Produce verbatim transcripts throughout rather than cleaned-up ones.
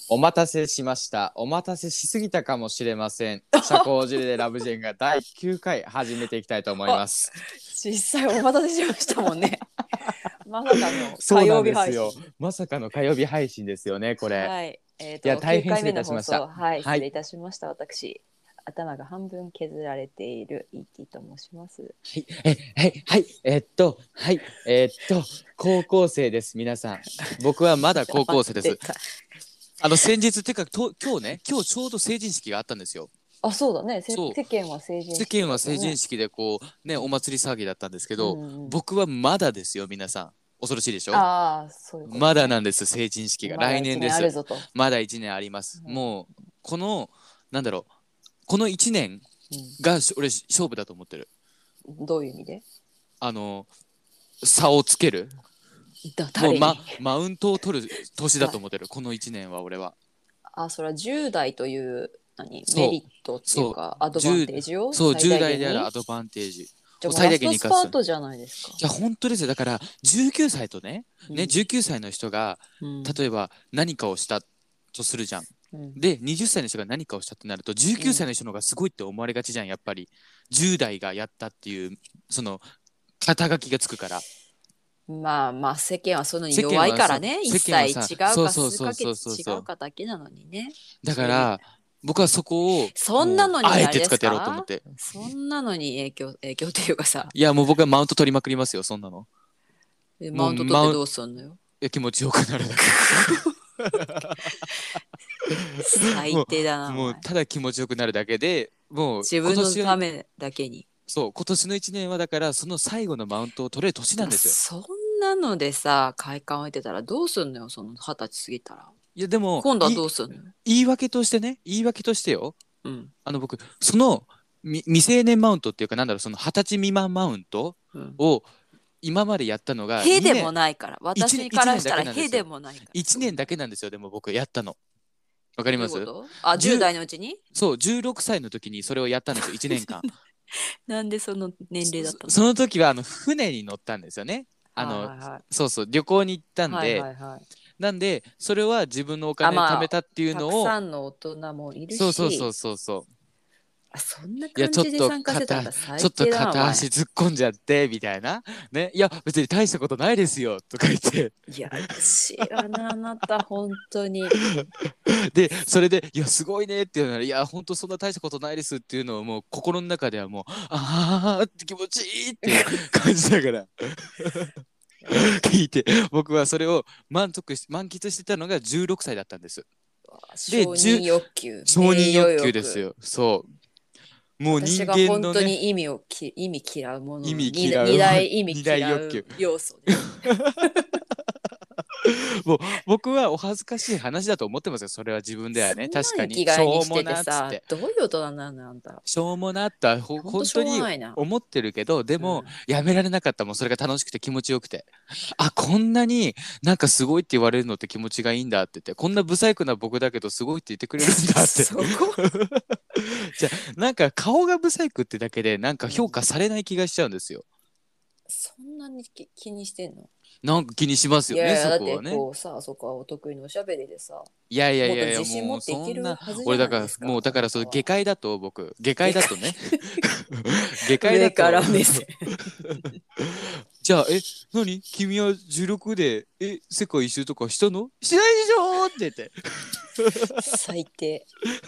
お待たせしました。お待たせしすぎたかもしれません。社交辞令でラブジェンがだいきゅうかい始めていきたいと思います。 実際お待たせしましたもんね。まさかのそうな火曜んですよ。 日配信。 まさかの火曜日配信ですよね、これ。 はい。えっ、 いや、 と9 大変失礼い回目の放たしました。 送、はい、 はい。 失礼いたしました。私、頭が半分削られている イーティー と申します。 はい、え、はい、はい、えーっと、はい、えーっと、高校生です、皆さん。僕はまだ高校生です。あの、先日、てか、と今日ね、今日ちょうど成人式があったんですよ。 あ、そうだね。せそう。 世間は成人世式間は成人だったね。 式でこう、ね、お祭り騒ぎだったんですけど、 うんうん。 僕はまだですよ、皆さん。恐ろしいでしょ？ ああ、そういうことまだね。 なんです、成人式が。 まだ一年あ来年です。 るぞと。 まだいちねんあります。 うん、 もう、この、なんだろう、このいちねんがし俺勝負だと思ってる。 うん、どういう意味で？ あの、差をつける。もう、 誰に？ ま、マウントを取る年だと思ってる。このいちねんは俺は。 あ、それはじゅう代という何メそう、 リットっていうそう、 かアドバンじゅう、 テージをそう、 最じゅう大限に。 代であるアドバンテージじゃあもうを最大ラストス限に生かす。 パートじゃないですか。 いや、本当ですよ。だから、じゅうきゅうさいとね、ね、 うん、 じゅうきゅうさいの人が、 うん、 例えば何かをしたとするじゃん。 うん、 で、はたちの人が何かをしたってなると、じゅうきゅうさいの人の方がすごいって思われがちじゃん、やっぱり。じゅう代がやったっていう、その、肩書きがつくから。 まあまあ世間はそのに世間弱いはそう、 からね。一世間はさ、 歳違うそうかそうそうそう数ヶ月そうそう。 違うかだけなのにね。 だかそういうら、僕はそこを、 そんなもう、 のにあれであえて使ってやろうと思っすか？ て。 そんなのに影響影響っていうかさ、 いや、もう僕はマウント取りまくりますよ、そんなの。もう、 マウント取ってマウン、 どうすんのよ。 いや気持ちよくなるだけ。も最低だう、 なお前。 もうただ気持ちよくなるだけで、もう自分の今年は、 ためだけに。 そう、今年のいちねんはだから、その最後のマウントを取れる年なんですよ。 そんなのでさ、快感置いてたらどうすんのよ、その二十歳過ぎたら。 いや、でも、 今度はいどうすんのよ。 言い訳としてね、言い訳としてよ、 うん。 あの僕、そのみ未成年マウントっていうか、なんだろう、そのはたち未満マウントうん。 を今までやったのが2 へでも年、 ないから。 1年、 私か一年だらしたらへけなんですよ。 でもないから。 いちねんだけなんですよ、でも僕、やったの。わかりどういうこますと？あ、じゅうじゅう代のうちに？ そう、じゅうろくさいの時にそれをやったんですよ、いちねんかん。 なんでその年齢だったの？ そその時はあの船に乗ったんですよね。あはいの、 はいはい。 そうそう、旅行に行ったんはいで、 はいはい。 なんで、それは自分のおあ、 金で貯まあ、 めたっていうたくのを、 さんの大人もいるそうそうそうし、 そうそう。 あ、そんないや、 感じでちょっと参加してたんだ。 片、ちょっと最低だな、お片足前。 突っ込んじゃって、みたいな。ね。いや、別に大したことないですよ、とか言って。 いやらしいわな、あなた、本当に。 で、それで、いや、すごいねっていうのは、いや、本当そんな大したことないですっていうのを、もう心の中ではもう、あーって気持ちいいっていう感じだから。聞いて、僕はそれを満足し、満喫してたのがじゅうろくさいだったんです。で、 承認じゅう欲求、 承認名誉欲求です欲。 よ。そう。もう人私が本当間のね、 に意味をき、意味嫌うもの意の二二味嫌う、 大意味二大欲求。 嫌う要素です。 もう僕はお恥ずかしい話だと思ってますよ。それは自分ではね。 そんな確かに。 生きがしょうもいにしててさ、 なっつって。 どういう大人なのあんた。 しょうもなった、ほ本当しょうが本当にないな。 思ってるけど、でも、 うん。 やめられなかったもん。それが楽しくて気持ちよくて。あ、こんなになんかすごいって言われるのって気持ちがいいんだって言って、こんな不細工な僕だけどすごいって言ってくれるんだって。 そこ、 じゃあ、なんか顔が不細工ってだけで、なんか評うん、 価されない気がしちゃうんですよ。 そんなに気気にしてんの？ なんか気にしますよね、 いやいや、だってそこはね。 こうさ、そこはお得意のおしゃべりでさ、 いやいやもっといやいや、 自信持もうっていけるそんな、 はずじゃ俺だから、 ないですか、 もうだからそう、 あなたは。 下界だと僕、下界下界。 だとね、下界だ上かと、 ら目線。 じゃあ、え、何君はじゅうろくで、え、世界一周とかしたのしてないでしょって言って。 最低。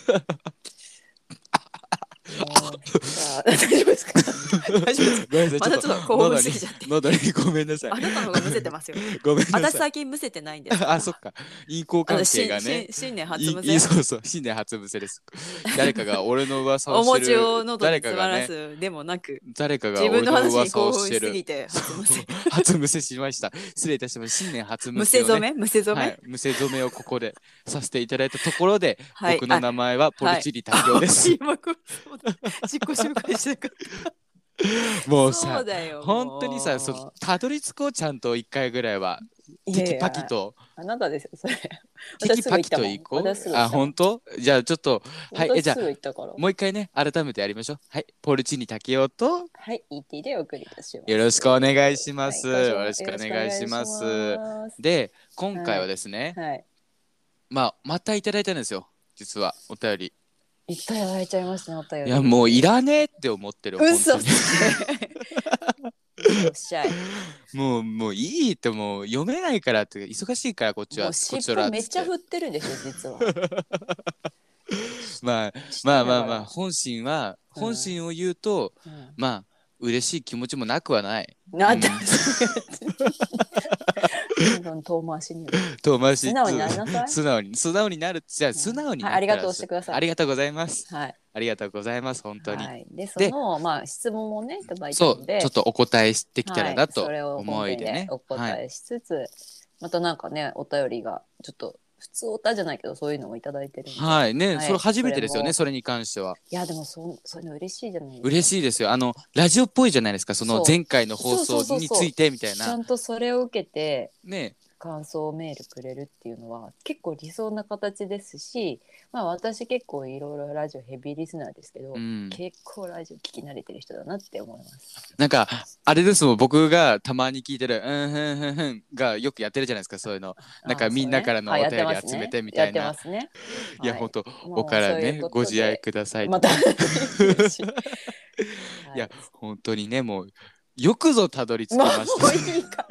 もうさあ、大丈夫ですか？大丈夫ですか？ ごめんなさい、ちょっまだちょっと興と、喉に奮しすぎちゃっ、て。 喉にごめんなさい。 あなたの方がむせてますよ。 ごめんな私さい。 最近むせてないんですかあ、 ら。 そっか。因果あの、 関係しがね。 し新年初いい、いむせ。 そうそう、新年初伏せです。誰かが俺の噂をおして餅をる、誰喉に詰まかがね、 らすでもなく、 誰かが自分俺のの話に噂を興奮ししてる。 すぎて初むせ。 初むせしました。失礼いたしました。新年初むむせをね。 せ染めむせ染め、 はい。むせ染めをここでさせていただいたところで、 はい。 僕のあ、 名前はポルはい。 チリ滝雄です。 今こそうだ。自己紹介しなかった。 もうさ、 そうだよ、 本当にさ、そもたどり着こう、ちゃんと一回ぐらいは。 う。いテキパキやいや、 と、 あなたですよ、それ。 テキ私すぐパキと行行ったもん。私すこう。あ、 ぐ行ったもん。 本当じゃあちょっと、はい、え、じゃあ、 私すぐ行ったから。 もう一回ね、改めてやりましょう。はい、ポルチーニ竹雄と、 はい、イーティー でお送りいたします。 よろしくお願いします。 はい、今週もよろしくおよろしくお願いしま願いしす。 ます。 で、今回はい。 はですね、 はい。 まあまたいただいたんですよ実はお便り。 いただいちゃいましたね、お便り。 いやもういらねえって思ってる本当に。 嘘つけ。おっしゃい。 もうもういいってもう読めないからって忙しいからこっちはこっもう尻ちとらっつって。 尾めっちゃ振ってるでしょ、実は。 まあしたまあんやから。 まあまあ本心はうん本心を言うと、 うんまあ嬉しい気持ちもなくはない。うなんだ、 ん、 どんどん遠回しに。 遠回し素直になりなさい。 素直に素直になるじゃあ素うん直にはい、ありがとうなったらしてください。 ありがとうございます。 はい。 ありがとうございます本当に。 はい。で、そでの、まあ、質問をね、いただいたそうちょので、 っとお答えしてきたはい。 らなとそれを本思いでね。 編でおはい答えしつつ、またなんかね、お便りが、ちょっと、普通おたじゃないけど、そういうのもいただいてるんで、 はいね、それはい。 初めてですよねそれも、 それに関しては。 いや、でもそ、そういうの嬉しいじゃないですか。 嬉しいですよ。あのラジオっぽいじゃないですかそのそう。 前回の放そうそう送そうそう。 についてみたいなちゃんとそれを受けて、 ね。 感想メールくれるっていうのは結構理想な形ですし、まあ、私結構いろいろラジオヘビーリスナーですけど、 うん、 結構ラジオ聞き慣れてる人だなって思います。 なんかあれですもん僕がたまに聞いてる「うんふんふんふん」がよくやってるじゃないですかそういうの。なんああ、 かみそうね。 んなからのはい、やってお便りますね。 集めてみたやってまいな。 すね。 いやはい。 本当おもうからねそういうこご自愛とで、 くださいと。 また嬉しい。 いやはい。 本当にねもうよくぞたどり着もきました。 ういいから。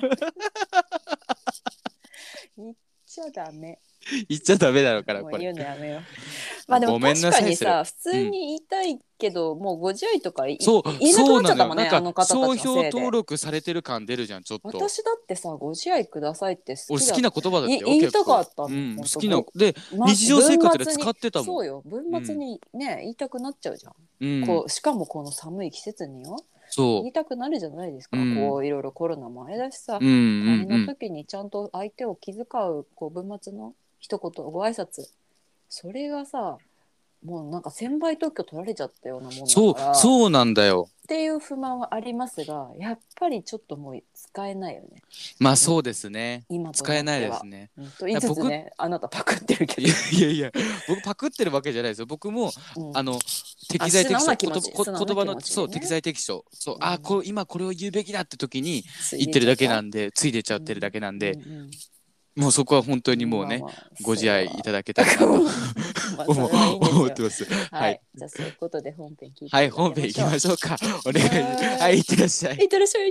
言っちゃダメ。 言っちゃダメだろうからこれ。 もう言うのやめよう。まあでもごめん確なさいそれ。 かにさ、普通うんに言いたいけど、もうごじゅういとかい、 そういなくなっちゃそうなったもんね、あのよなんかの方たちの商標せいで。 登録されてる感出るじゃんちょっと。 私だってさ、ご自愛くださいって好きだ。 俺好きな言葉だってよい言いたか結構。 ったの。 うん好ほんときなでま、 日常生活で文末に使ってたもん。 そうよ。文うん末にね、言いたくなっちゃうじゃん。 うんこうしかもこの寒い季節によ。言そいたくなるじゃないですう。うか。こんういろいろコロナもあれだしさ、 うんうん大変なうん時にちゃんと相手を気遣うこう文末の一言ご挨拶。それがさ、もうなんか専売特許取られちゃったようなもんだそうからっそうなんだよ。 ていう不満はありますが、やっぱりちょっともう使えないよね。 まあそうですね。 今と使えないなっては。 ですね。 うん、と言いつつね、あなたパクってるけど。 いやいやいや僕パクってるわけじゃないですよ。僕もうん、 あの適材適所あ素直な気持言葉ち素直な言葉の気持ちでねそう適材適所そう、 うんあこう今これを言うべきだって時につい言ってるだけ出ちゃったなんでつい出ちゃってるだけなんで、 うんうんもうそこは本当にもうね、 まあまあご自愛いただけそれはたらなとまあそれ思はいいんですよ思ってます。 は、 はいい。 じゃあそういうことで本編聞いていたはいだきましょう。 本編行きましょうか。お願いしはます。 ーいはいいってらっしゃい。 いってらっしゃい。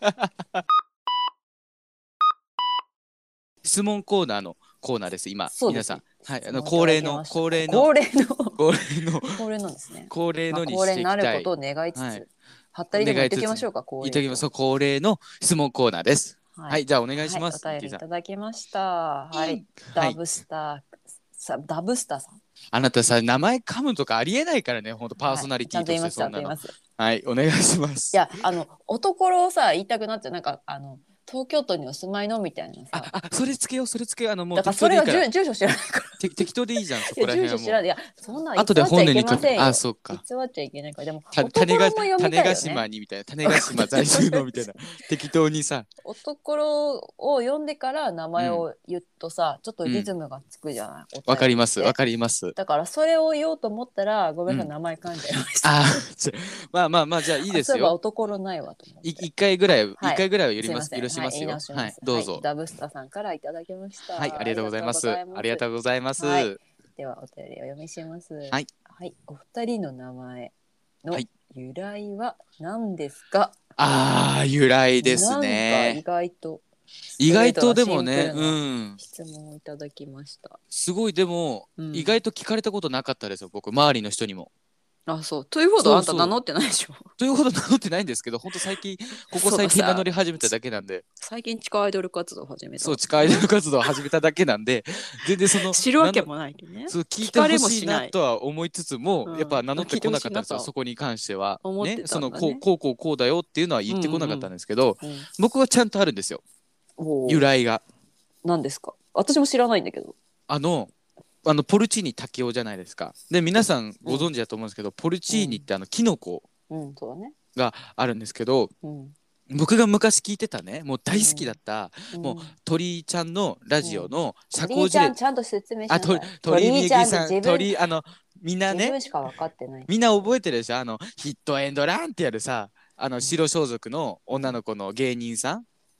質問コーナーのコーナーです今そうです皆さん。はいあの質問恒例のいただきました恒例の恒例の恒例の恒例なんですね。 恒例まあのに恒例になるしていきたい。 ことを願いつつ、 はいはったりでも言って願いつつきましょうか。恒例いただきます。そう恒例の質問コーナーです。 ははい、じゃあお願いします。 はい、お便りいただきました。はい、 はい。 ダブスターさダブスターさん。 あなたさ名前噛むとかありえないからね本当パーソナリティとしてそんなの。 はい、ちゃんと言います。ちゃんと言います。 はいお願いします。 いや、あの男をさ言いたくなっちゃう。なんかあの東京都にお住まいのみたいなさ。 ああそれつけようそれつけようあのもうだから適当でいいからそれは住住所知らないから。 て適当でいいじゃんそいや住こら辺はもう。 所知らない。いやそんな偽っ後でちゃいけ本音に書く。 ませんよ。 あそうか。 偽っちゃいけないから。でもた男も種が読みたい種ヶよね。 島にみたいな種ヶ島在住のみたいな適当にさ。 男を読んでから名前を言うとさ、ちょっとリズムがつくじゃない。お便りってわかりますわかります。 だからそれを言おうと思ったらごめんなさい、 うん名前噛んじゃいました。 あじゃまあまあまあじゃあいいですあそういえばよ。 男のないわと思って。 い一回ぐらい一はい回ぐらいは許りますすいません許しますよ。 はい、言い直しはます。 いどうぞ。 はい、ダブスタさんからいただきました。 はいありがとうございます。ありがとううございます。 はいではお便りをお読みします。 はいはい、お二人の名前のはい由来は何ですか。 あー由来ですなんか意ね。 外と意外とでもねストレートなシンプルうなん質問をいただきました。 すごいでも、 うん意外と聞かれたことなかったですよ僕周りの人にも。 あ、そうというほどあんた名乗ってないでしょ。 というほど名乗ってないんですけど本当最近ここ最近名乗り始めただけなんで。 最近地下アイドル活動を始めた。 そう地下アイドル活動を始めただけなんで全然その知るわけもないけどね。 そう聞いてほしいなとは思いつつも、 うんやっぱ名乗ってこなかったんですよ、 聞いてほしいなとそこに関しては。 思ってね、そたんだねのこうこうこうこうだよっていうのは言ってこなかったんですけど、 うん僕はちゃんとあるんですよおー由来が。 何ですか。私も知らないんだけど。 あのあのポルチーニ竹雄じゃないですか。で皆さんご存知だと思うんですけど、ポルチーニってあのキノコうん、そうだね。 があるんですけど、 うん。 僕が昔聞いてたねもう大好きだった、もううん鳥居ちゃんのラジオの社鳥居ちゃ交辞令、 んちゃんと説明しなあとさい。 鳥居みゆきさん鳥居ちゃんって自分鳥あのみんなね自分しか分かってない。 みんな覚えてるでしょあのヒットエンドランってやるさあの白装束の女の子の芸人さん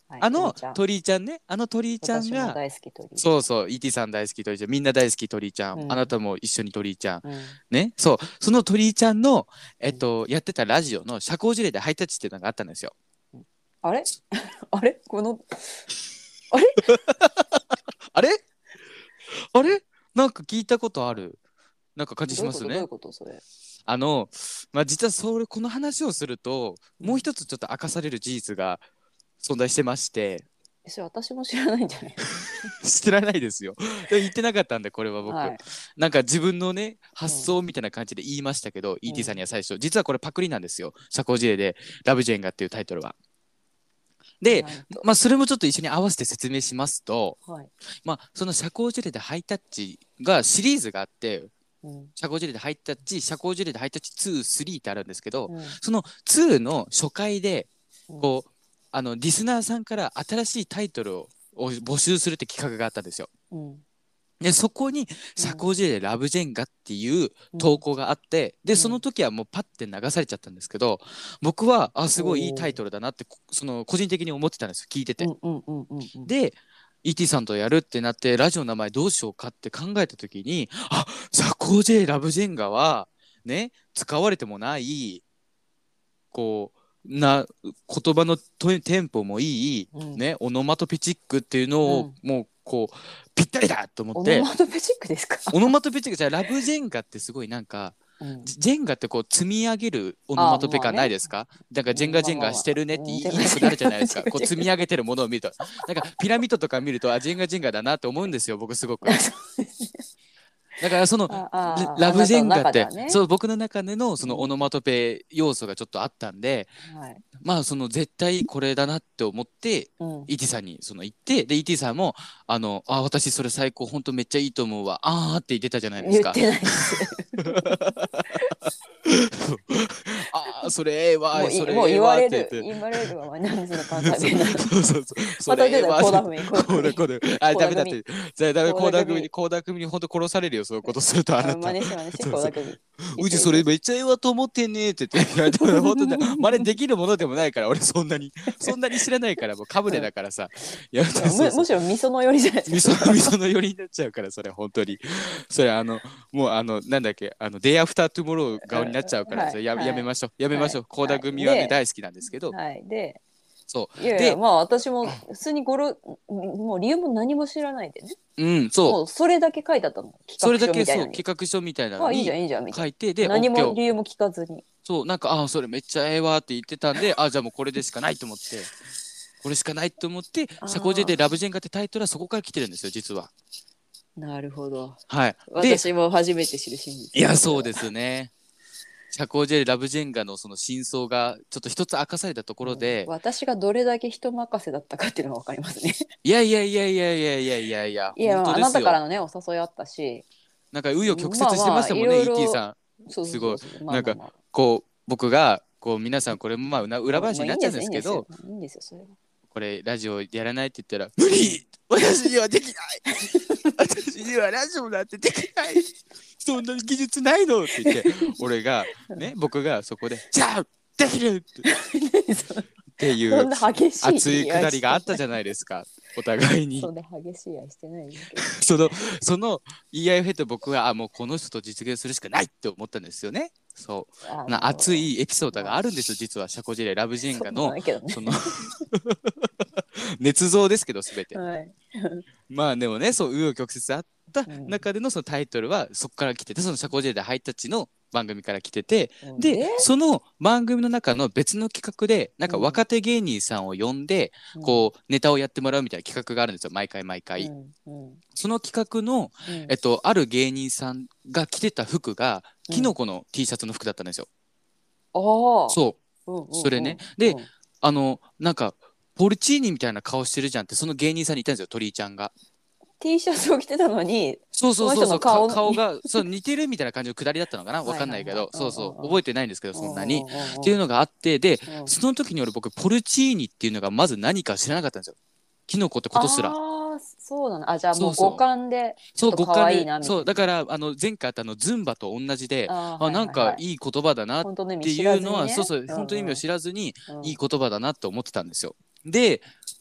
はい、 あの鳥ちゃん鳥居ちゃんね、あの鳥居ちゃん私もが、 大好き鳥。 そうそう、イーティー さん大好き鳥居ちゃん、みんな大好き鳥居ちゃん、 うんあなたも一緒に鳥居ちゃん。 うんね、そう、その鳥居ちゃんの、えっと、やってたラジオの社交辞令でハイタッチっていうのがあったんですよ。 あれあれこのあれあれあれなんか聞いたことある。なんか感じしますね。 どういうことどういうことそれ。 あの、まあ、実はそれこの話をすると、 うんもう一つちょっと明かされる事実が存在してまして、 えそれ私も知らないんじゃない知らないですよ。で言ってなかったんで、これは僕。 はいなんか自分のね、発想みたいな感じで言いましたけど、 んイーティー さんには最初、実はこれパクリなんですよ。社交辞令で、ラブジェンガっていうタイトルは。で、 なんとまあ、それもちょっと一緒に合わせて説明しますと、 はいまあ、その社交辞令でハイタッチがシリーズがあって、 うん社交辞令でハイタッチ、社交辞令でハイタッチに、さんってあるんですけど、 うんそのにの初回で、 うんこう、あの、リスナーさんから新しいタイトルをを募集するって企画があったんですよ。 うんで、そこに、社交辞令でラブジェンガっていう投稿があって、で、 うんその時はもうパッて流されちゃったんですけど、僕は、あ、すごいいいタイトルだなって、こその、個人的に思ってたんですよ、聞いてて。 うんうんうんうんうんで、イーティー さんとやるってなって、ラジオの名前どうしようかって考えた時に、あ、社交辞令ラブジェンガは、ね、使われてもない、こう、な、言葉のトテンポもいい、 うんね、オノマトペチックっていうのを、もう、こう、ぴったりだと思オノって、 マトペチックですかオノマトペチックじゃラブジェンガってすごいなんか、 うんジジェンガってこう積み上げるオノマトペ感ないですか？だからジェンガジェンガしてるねって言いまあまあまあ言いたくなるじゃないですか。 うんこう積み上げてるものを見ると、なんかピラミッドとか見るとあジェンガジェンガだなって思うんですよ。僕すごく。だからそのああララブジェンガって、 あなたの中ではねそう僕の中でのそのオノマトペ要素がちょっとあったんで、 はいまあその絶対これだなって思ってうんイーティー さんにその言ってで イーティー さんもあのあ私それ最高本当めっちゃいいと思うわあーって言ってたじゃないですか。 言ってないですああそれええわもういそれもう言わええわっれるて言って。 言われるわ何その関西弁なのそうそうそう。そまたれええわ出たコーダ組ココーダコーダあダメだって。じゃあダメコーコーダ組ダ組にコーダ組に本当殺されるよそういうことするとあなた。 真似して真似してそうそうコーダ組うちそれめっちゃええわと思ってんねって言っていやでも本当に真似できるものでもないから俺そんなにそんなに知らないからもうかぶれだからさ。いやそうそうむむしろ味噌の寄りじゃないですか味噌味噌の寄りになっちゃうからそれ本当にそれあのもうあのなんだっけあのデイアフタートゥモロー顔になっちゃうから、 はいそれやはいやめましょうやめましょうはい倖、田組はね、 はいで大好きなんですけど、 はいでそういやいでやまあ私も普通にゴロもう理由も何も知らないでねうんそうもうそれだけ書いてあったのそれ企画だけそう書みたいなのに企画書みたいなのあいいじゃんにいいじゃんみたい書いてでな何 OK をも理由も聞かずにそうなんかあそれめっちゃええわって言ってたんであじゃあもうこれでしかないと思ってこれしかないと思ってあー社交辞令でラブジェンガってタイトルはそこから来てるんですよ実は。 なるほどはいで私も初めて知る真実いやそうですね社交辞令ラブジェンガのその真相がちょっと一つ明かされたところで、 うん私がどれだけ人任せだったかっていうのが分かりますねいやいやいやいやいやいやいやいやいや本当ですよあなたからのねお誘いあったしなんか紆余曲折してましたもんね、 まあまあいろいろイーティー さん。 そうすごいそうそうまあまあまあこう僕がこう皆さんこれもまあ裏裏話になっちゃうんですけど、 いいんですよそれはこれラジオやらないって言ったら無理私にはできない私にはラジオなんてできないそんな技術ないのって言って俺がね僕がそこでじゃあできるってっていうそんな激しい熱いくだりがあったじゃないですかお互いにそんな激しい愛してないですけどそのその言い合いを経て僕はあもうこの人と実現するしかないって思ったんですよね。そうあのな熱いエピソードがあるんですよ実は社交辞令ラブジェンガそうのなんだけどねその捏造ですけど全てはいまあでもねそう紆余曲折あった中でのそのタイトルはそこから来ててその社交辞令でハイタッチの番組から来ててうんでその番組の中の別の企画でなんか若手芸人さんを呼んでこうネタをやってもらうみたいな企画があるんですよ毎回毎回。 うんうんその企画のうんえっと、ある芸人さんが着てた服がキノコの T シャツの服だったんですよ。 ああそううんうんうんそれねでうんあのなんかポルチーニみたいな顔してるじゃんってその芸人さんに言ったんですよ鳥居ちゃんが。 T シャツを着てたのにそうそうそうそうその人の顔か顔がそう似てるみたいな感じのくだりだったのかなわかんないけどはいはいはいそうそううんうんうん覚えてないんですけどそんなに。 うんうんうんっていうのがあってでうんその時に俺僕ポルチーニっていうのがまず何か知らなかったんですよ。キノコってことすら。 ああそうなのあじゃあもそううそう五感でちそうょっと可愛いなみたいなそうだからあの前回あったあのズンバと同じでああなんかいい言葉だなっ本当の意てい味知らずにねうのはそうそう本当に意味を知らずにいい言葉だなって思ってたんですよ。で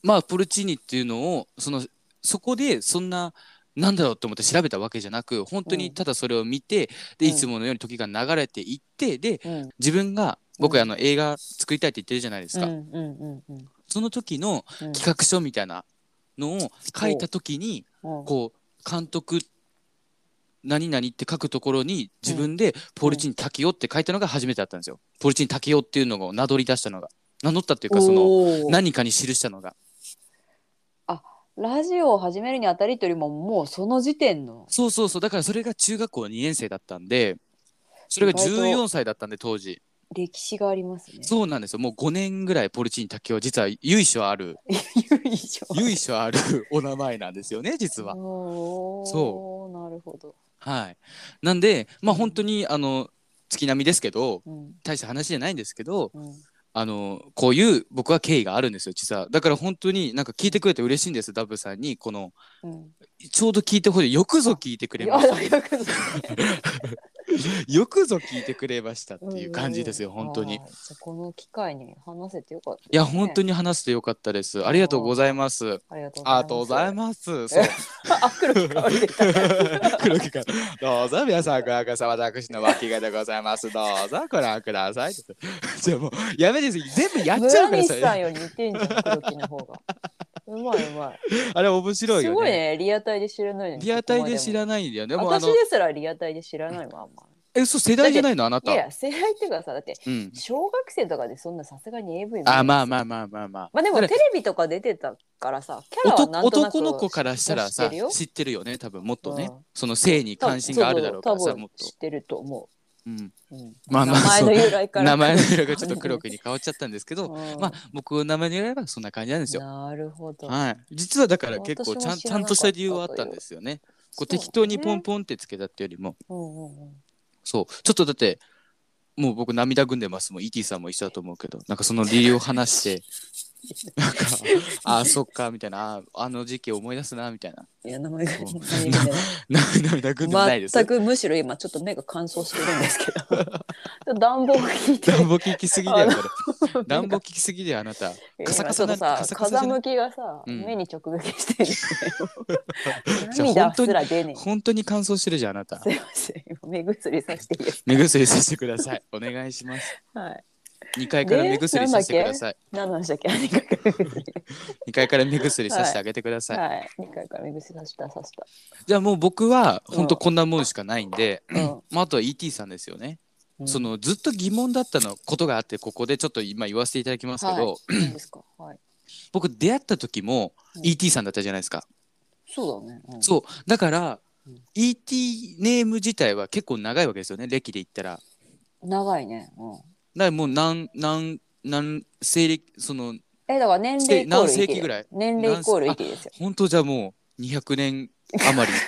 まあポルチーニっていうのをそのそこでそんななんだろうと思って調べたわけじゃなく、本当にただそれを見て、でうんいつものように時が流れていってでうん自分が僕、 うんあの映画作りたいって言ってるじゃないですか、 うんうんうんその時のうん企画書みたいなのを書いた時に、 うんこう監督何々って書くところに自分でポルチーニ滝雄って書いたのが初めてだったんですよ。ポルチーニ滝雄っていうのを名乗り出したのが、名乗ったっていうかそのおー何かに記したのが。 あ、ラジオを始めるにあたりというよりももうその時点のそうそうそう、だからそれが中学校にねん生だったんで、それがじゅうよんさいだったんで当時。 歴史がありますね。 そうなんですよ。もうごねんぐらいポルチーニ滝雄実は由緒ある由緒由緒あるお名前なんですよね実は。 おーそなるほど。 はい。なんでまあ本当にあの月並みですけど、 うん大した話じゃないんですけど、 うんあのこういう僕は経緯があるんですよ実は。だから本当になんか聞いてくれて嬉しいんです、ダブさんに。このうんちょうど聞いてほしい、よくぞ聞いてくれいやましたよくぞよくぞ聞いてくれましたっていう感じですよ、本当に。いあーじゃあこの機会に話せてよかったですね。 や本当に話してよかったです。ありがとうございます。 ありがとうありがとうございまます。そう。 す。あ、黒木香り出た。 黒木からどうぞ皆さんご覧ください。私の脇がでございます。どうぞご覧ください。じゃあもうやめてください、全部やっちゃうから村西さんさ。 より似てんじゃん、黒木の方が。うまいうまい。 あれ面白いすよね。 ごいね、リアタイで知らないのに。 リアタイで知ない。 らないんだよね。もうあの私ですらリアタイで知らないもん、あんま。 えそう世代じゃないのあなた。 いやいや、世代っていうかさ、だってうん。 小学生とかでそんなさすがに エーブイ 見あまああ。 まあまあまあまあ。 まあでもだからテレビとか出てたからさ、キャラは男なんとなく男の子からしたらさ知ってるよ。 知ってるよね多分もっとね、 うんその性に関心があるだろうからそうそう多分さもっと、 知ってると思うん、 う。うんまあまあ名前の由来から。 名前の由来がちょっと黒くに変わっちゃったんですけど、 うんまあ僕の名前の由来はそんな感じなんですよ。 なるほど。 はい、実はだから結構ちゃん私も知らなかったちゃんとした理由はあったんですよね。こう適当にポンポンってつけたってよりも、 ン。うんうんうん。 そうちょっとだってもう僕涙ぐんでますもん。 イーティー さんも一緒だと思うけど、なんかその理由を話してなんかああそっかみたいな、ああの時期を思い出すなみたいな。 いや、名前がそう何が涙ぐんでないです。 全くむしろ今ちょっと目が乾燥してるんですけど暖房が効いて暖房効きすぎだよそれ。 あの暖房効きすぎだよあなた。カサカサな今ちょっとさカサカサじゃない風向きがさ、 うん目に直撃してるんでじゃあ涙本当にすら出ねえ。 本当に乾燥してるじゃんあなた。 すいません今目薬さしていいです目薬させてください。お願いします。 か。はい。 にかいから目薬させてください。 何の話だっけ？二回から目薬。 にかいから目薬させてあげてください。 はい。二回から目薬さしたさした。 じゃあもう僕はうん本当こんなもんしかないんで、 うんまあ、あとは イーティー さんですよね。 うんそのずっと疑問だったのことがあってここでちょっと今言わせていただきますけど、 はい、何ですか。はい。 僕出会った時もうんイーティー さんだったじゃないですか。 そうだね。うん、 そうだからうんイーティー ネーム自体は結構長いわけですよね、歴で言ったら。だか長いね。うん。 らもう何何何西暦そのえだから年齢イコール何世紀ぐらい年齢イコール息ですよ。 本当じゃあもうにひゃくねん余り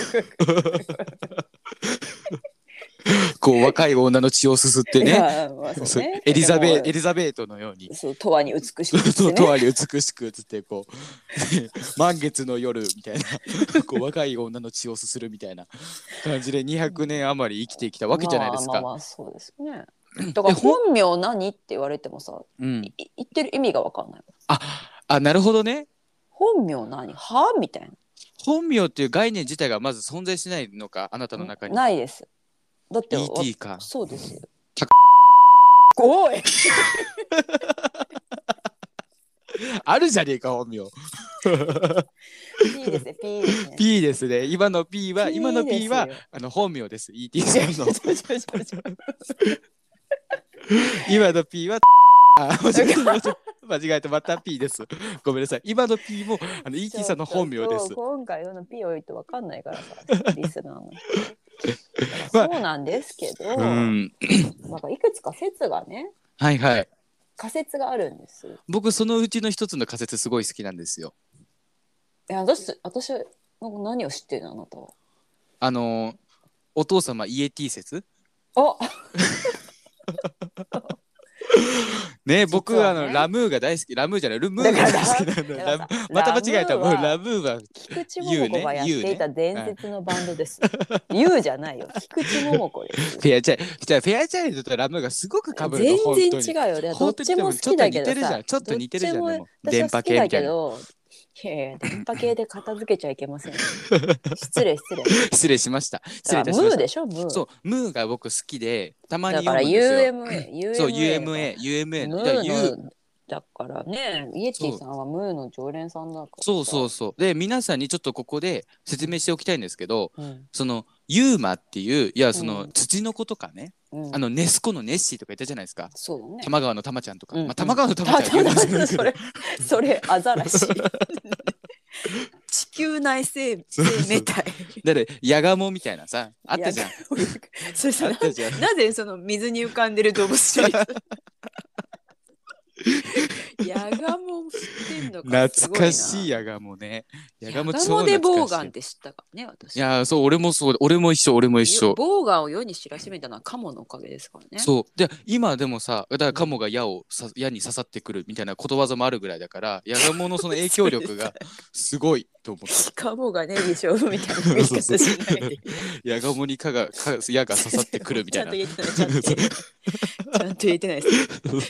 こう若い女の血をすすっていね、 やまあそうそうねエリザベでもエリザベートのようにそう永遠に美しくしてとね。 とわに美しくつってこう満月の夜みたいなこう若い女の血をすするみたいな感じでにひゃくねん余り生きてきたわけじゃないですか。 まあまあまあそうですね。だから本名何って言われてもさ、 うん、 い言ってる意味がわかんない。 ああなるほどね。 本名何はみたい本名っていう概念自体がまず存在しないのかあなたの中な。 に。 ないです。だってイーティー か。 そうですよ。 たおいあるじゃねえか本名。 P ですね P ですね。 P ですね。今の P は P 今の P はですよあの本名です。イーティー さんのちょちょちょちょちょ今の P はあ間違えた間違えた間違えたまた P です。ごめんなさい。今の P もあの イーティー さんの本名ですそう。今回の P を言うとわかんないからさ、リスナーの人。 まあそうなんですけど、 うんなんかいくつか説がね、 はいはい。 仮説があるんです。 僕そのうちの一つの仮説すごい好きなんですよ。 いや私私なんか何を知ってるのあなたは。 あのお父様イエティ説。 あね、 実僕はねあのラムーが大好き、ラムーじゃないルムーがだから大好きなんだ。ラムだからさまた間違えた。もうラムーはラムーは菊池桃子がやっていた伝言うね説のバンドですよ。ユーじゃないよ。菊池桃子ですフェアチャイじゃあフェアチャイルドとラムーがすごく被るの。 全然本当に違うよね。どっ本当にちも好き多分ちょっとだけどさ似てるじゃん。ちょっと似てるじゃん。でもどっちも私電波は好きだ系みたいな。 けど、いやいや電波系で片付けちゃいけませんよ。失礼失礼。 失礼しました。失礼いだからムーたしました。 でしょムー。 そうムーが僕好きでたまにだから読むんですよ。 ユーエムエー、 そうユーエムエー がユーエムエー、ユーエムエームの。だからー U の、だからね、イエティさんはムーの常連さんだからさ。 そうそうそう。で、皆さんにちょっとここで説明しておきたいんですけど、 うん、 そのユーマっていう、いや、そのうん土の子とかね、 うん、 あのネスコのネッシーとか言ったじゃないですか。 そうだね。 玉川の玉ちゃんとか。 うんうんまあ、玉川の玉ちゃんは有名じゃないけどそれ、それ、アザラシ。地球内生そうそう生命体。 だってヤガモみたいなさ、あったじゃん。 いや。それさあったじゃん。 なぜその水に浮かんでる動物シリーズヤガモ知ってんのかすごいな。 懐かしいヤガモね。ヤガモヤガ超モでボー懐かしい。 ガンって知ったからね、私。 いやー、そう、俺もそう、俺も一緒、俺も一緒。 ボーガンを世に知らしめたのはカモのおかげですからね。 そうで今でもさだからカモが矢をさ矢に刺さってくるみたいなことわざもあるぐらいだからヤガモのその影響力がすごいと思ってカモがネギ勝負みたいな言い方しないで。 ヤガモにかがか矢が刺さってくるみたいな。 ちゃんと言えてない。ちゃんと言えてない。ちゃんと言えてないです。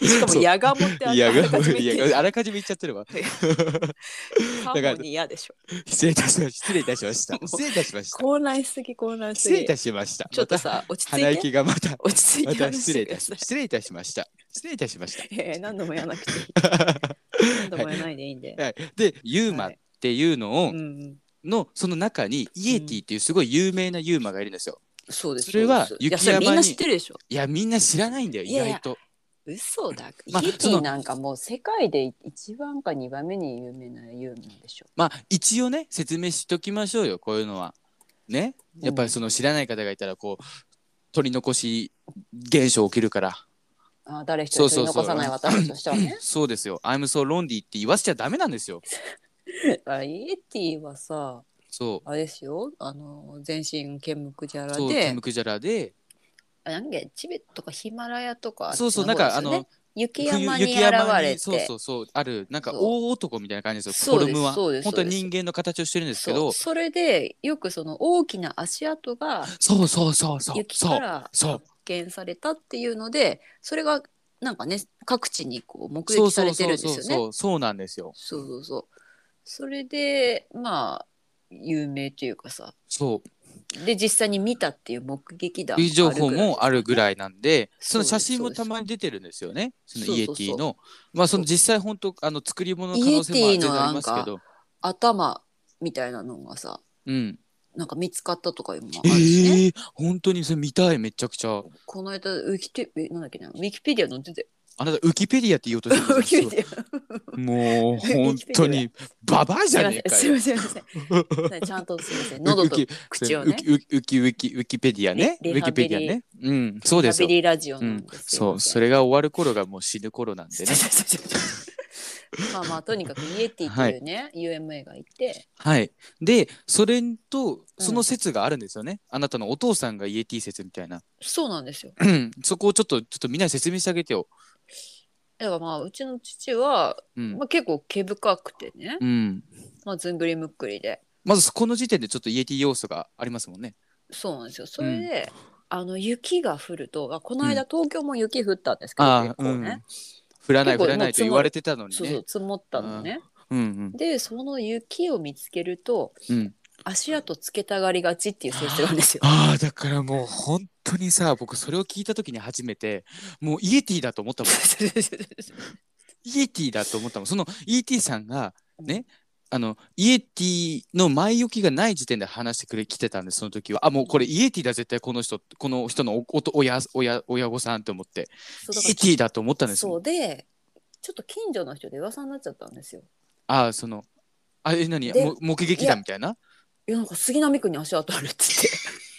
しかもヤガモってあヤガモらかじめい言ってるやあらかじめ言っちゃってるわ。 カモに嫌でしょ。 失礼いたしました。失礼いたしました。 もう失礼いたしました。 混乱しすぎ混乱しすぎ。 失礼いたしました。 ちょっとさ落ち着鼻いて。 息がまた落ち着いまたて話失礼いたししてください。 失礼いたしました。失礼いたしました。 えー、何度もやらなくていい。何度もやらないでいいんで。 はい、でユーマっていうのを、 うんうんのその中にイエティっていうすごい有名なユーマがいるんですよ。 そうです。 それはそうですいや雪山にそれみんな知ってるでしょ。 いやみんな知らないんだよ意いやいや外と。 嘘だ。イまあエティなんかもう世界で一番か二番目に有名なユーなんでしょ。 まあ一応ね説明しときましょうよこういうのは。ねやっぱりその知らない方がいたらこう取り残し現象起きるから。 あ誰一人取り残さない私たちとしてはね。 そうですよ。I'm so lonely って言わせちゃダメなんですよ。 あイエティはさそうあれですよあの全身ケムクジャラそうケでムクジャラであなんでチベットとかヒマラヤとかそうそうなんかあの雪冬山に現雪山れてにそうそうそうあるなんかそう大男みたいな感じですよ。 そうですフォルムはそうです本当に人間の形をしてるんですけそうどそれでよくその大きな足跡がそうそうそうそう雪からそう発見されたっていうのでそれがなんかね各地にこう目そう撃されてそうそうるんですよね。 そうそうそうなんですよ。 そうそうそうそれでまあ有名というかさそうで実際に見たっていう目撃談いう情報もあるぐいらいなんで、 そですそうの写真もたまに出てるんですよね。そのイエテそうそうそうィの、まあその実際本当あの作り物の可能性も全然ありますけど、 頭みたいなのがさうん。 なんか見つかったとかいうのもあえるしね、 えー、本当にそれ見たいめちゃくちゃ。 この間ウィキテえなんだっけなウィキペディア載っててあなたウィキペディアって言おうとしてウるィキペディアもう本当にババアじゃねえかよ。 すいませんすいませんちゃんとすいません喉と口をねウキウキウキウキウィキペディアね。ウリィキペディアね。うん、そうですよ。 リハビリラジオうんなんで、すそう、それが終わる頃がもう死ぬ頃なんでね。 まあまあとにかくイエティというね、ユーエムエー がいてはい。で、それとその説があるんですよね。あなたのお父さんがイエティ説みたいな。 そうなんですようんそこをちょっとちょっとみんなに説明してあげてよ。 だからまあうちの父は、 うんまあ、結構毛深くてね、 うん。 まあ、ずんぐりむっくりでまずこの時点でちょっとイエティ要素がありますもんね。 そうなんですよそれで、あの雪が降るとあこの間東京も雪降ったんですけど、 ああ、 結構ね、 うん。降らない結構降らないと言われてたのにね。 そうそう積もったのね、 うんうんでその雪を見つけるとうん。 足跡つけたがりがちっていう性質があるんですよ。 ああだからもう本当にさ僕それを聞いた時に初めてもうイエティだと思ったもん。イエティだと思ったもん。そのイエティさんがね、あのイエティの前置きがない時点で話してくれ来てたんですその時は。あもうこれイエティだ絶対この人この人のおおと親親親御さんと思ってそうだからイエティだと思ったんですよ。 そうでちょっと近所の人で噂になっちゃったんですよ。 ああそのあえ何でも目撃だみたいな。 いやなんか杉並区に足跡あるって言って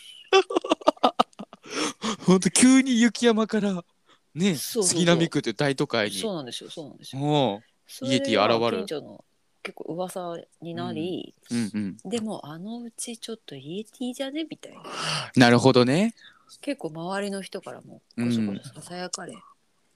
本当急に雪山からねそうそうそう杉並区って大都会にそうなんですよそうなんですよ。 もうそれでイエティ現る近所の結構噂になり、 うんうんでもあのうちちょっとイエティじゃねみたいななるほどね。 結構周りの人からもこそこそささやかれ、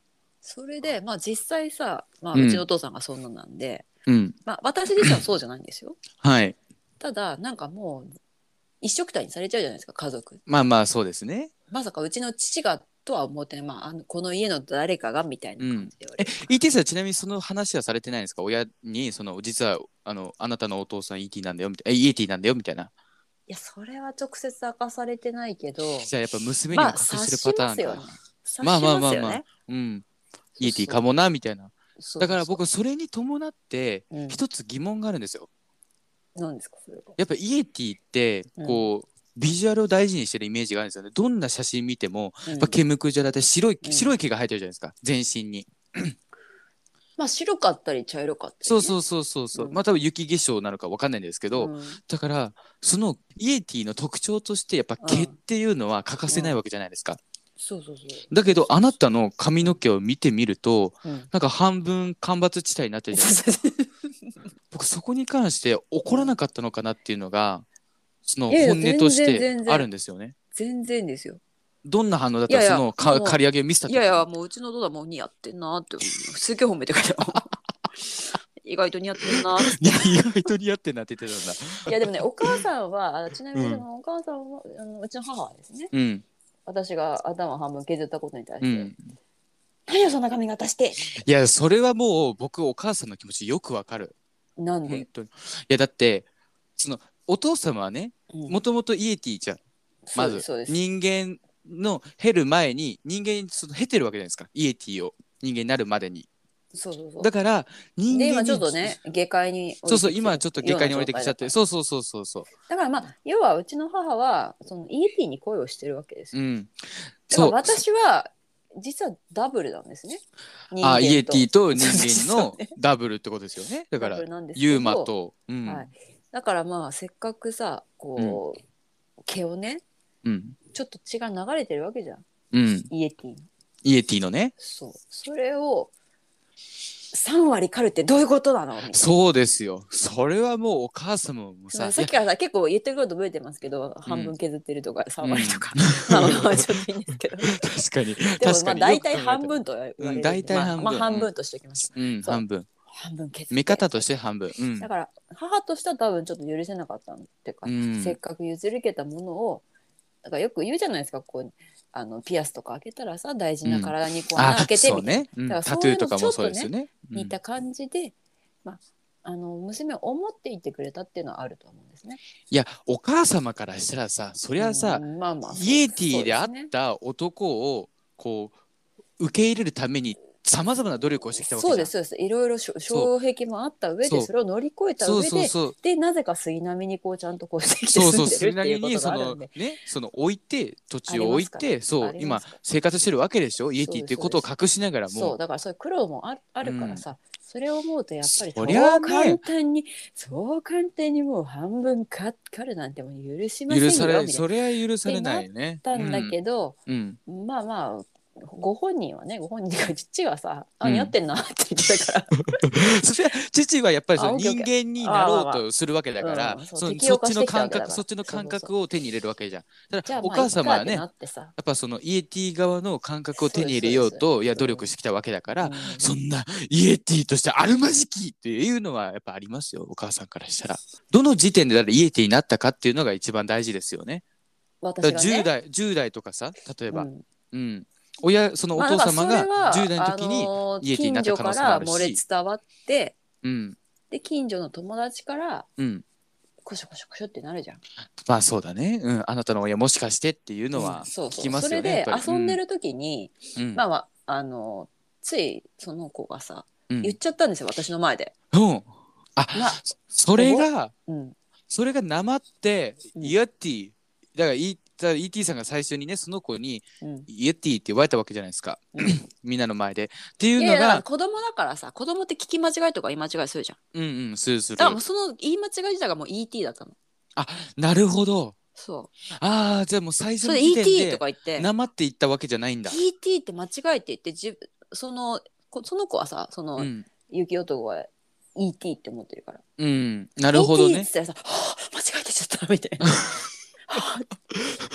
それでまあ実際さ、まあ、 うんうちのお父さんがそんななんで、 うんまあ、私自身はそうじゃないんですよ。 はいただなんかもう一緒くたにされちゃうじゃないですか家族。 まあまあそうですね。 まさかうちの父がとは思ってない、まあ、あのこの家の誰かがみたいなうん感じで言わえれるから。 イーティー さんちなみにその話はされてないんですか？親にその実はあのあなたのお父さん イーティー なんだよみたいな、え イーティー なんだよみたいな。 いやそれは直接明かされてないけど、 じゃあやっぱ娘にもまあ隠してる察しパターンか。 ますよね。察まあしまあまあまあますよね。 うんイーティーそうそうかもなみたいな。だからそうそうそ僕それに伴ってう。うん。 一つ疑問があるんですよ。 何ですかそれが。 やっぱイエティってこう、ビジュアルを大事にしてるイメージがあるんですよね。どんな写真見てもうん、 やっぱ毛むくじゃらで白い、 うん白い毛が生えてるじゃないですか全身に。 まあ白かったり茶色かったり、ね。 そうそうそうそうそう、 うんまあ多分雪化粧なのかわかんないんですけど、 うんだからそのイエティの特徴としてやっぱ毛っていうのは欠かせないわけじゃないですか。 そうそうそう。 だけどあなたの髪の毛を見てみるとうん。 なんか半分干ばつ地帯になってるじゃないですか。僕そこに関して怒らなかったのかなっていうのがそのいやいや本音とし全然全然てあるんですよね。 全然ですよ。 どんな反応だったらいやいやそのかもう刈り上げを見せた時にいやいやもううちのどだもう似合ってんなってすげえ褒めてくれた。意外と似合ってんなって。 意外と似合ってんなって言ってたんだ。 いやでもねお母さんはあちなみにうんそのお母さんは、あのうちの母はですね、 うん私が頭半分削ったことに対して、 うん何よそんな髪型していやそれはもう僕お母さんの気持ちよくわかる。 なんで、 本当に。いやだってそのお父様はねうんもともとイエティじゃん。まずそうですそうです。 人間の経る前に人間にその経てるわけじゃないですかイエティを人間になるまでに。 そうそうそう。 だから人で間に今ちょっとね下界にそうそう降りてきてる今はちょっと下界に降りてきちゃってような状態だからそうそうそうそうそだからまあ要はうちの母はその イーティー に恋をしてるわけですよ。 ううんだからそう私は実はダブルなんですね。人間とあイエティと人間のそうねダブルってことですよね。だからダブルなんですけどユーマと、うんはい。だからまあせっかくさこう、毛をねうんちょっと血が流れてるわけじゃんうん、 イエティの。 イエティのね。 そうそれをさん割刈るってどういうことなのみたいな。 そうですよ。それはもうお母様もさ、 さっきからさ結構言ってること覚えてますけど、半分削ってるとかさん割とか、 うんまあまあまあちょっといいんですけど確かにでもまあ確かに大体半分とは言われるんで、 うん大体半分まあ、まあ半分としておきましょう、 うんそう半分半分削って見方として半分うんだから母としては多分ちょっと許せなかったっていうか、 うんせっかく譲り受けたものをだからよく言うじゃないですかこうあのピアスとか開けたらさ大事な体にこう穴開けてそうみたいな、 ね、うんだからタトゥーとかもそうですよね。 似た感じで、まあ、あの娘を思っていてくれたっていうのはあると思うんですね。 いやお母様からしたらさそりゃさ、 うんまあまあそうイエティで会そうすねった男をこう受け入れるためにさまざまな努力をしてきたわけじゃん。 そうですそうですいろいろしょ障壁もあった上そうでそれを乗り越えたそう上でそうそうでなぜか杉並にこうちゃんとこうしてきてそうそう住んでるっていうこそれなりにそのとがあるんでねその置いて土地を置いあてそう今ありますから生活してるわけでしょイエティっていうことを隠しながらもそうだからそういう苦労もああるからさ、それを思うとやっぱりそうそりゃあね簡単に、そう簡単にもう半分かかるなんてもう許しませんよ許されみたいそれは許されないね。 なったんだけど、 うん、 まあまあご本人はねご本人が父はさ「あうん似合ってんな」って言ってたから、 それは父はやっぱりそのあオッケーオ人ッケー間になろうとするわけだからあまあまあうんそうその適応化してそっちの感きたわけだから覚そっちの感そうそう覚を手に入れるわけじゃん。ただおじゃあまあ母様はねいっかってなやってさっぱそのイエティ側の感覚を手に入れようそうとですいや努力してきたわけだから、 うんそんなイエティとしてあるまじきっていうのはやっぱありますよお母さんからしたら。どの時点でだってイエティになったかっていうのが一番大事ですよね。だから私がねじゅう代じゅう代とかさ例えば、 うんうん親そのおまあ父様がだからそじゅう代れはの時にあのイエティになった可能性もある近所から漏れし、 伝わってうんで近所の友達からうん、 コショコショコショってなるじゃん。 まあそうだね、うん、あなたの親もしかしてっていうのはうんそうそう聞きますよね。 それでやっぱり遊んでる時に、 うんまあまああのついその子がさうん言っちゃったんですよ私の前で。 うんあな、 それがうんそれがなまってうんイエティだから E- だから イーティー さんが最初にねその子にうんイエティって言われたわけじゃないですかうん、 みんなの前でっていうのいやいやだからが子供だからさ子供って聞き間違いとか言い間違いするじゃん。 うんうんするするだからもうその言い間違い自体がもう イーティー だったの。 なるほど。 そうああじゃあもう最初それの時イーティー点でとか言ってなまっていったわけじゃないんだ。 イーティー って間違えて言ってじそのこその子はさその、 うん雪男は イーティー って思ってるからうんなるほどイーティーねって言ったらさ、はあ、間違えてちゃったみたいなはあ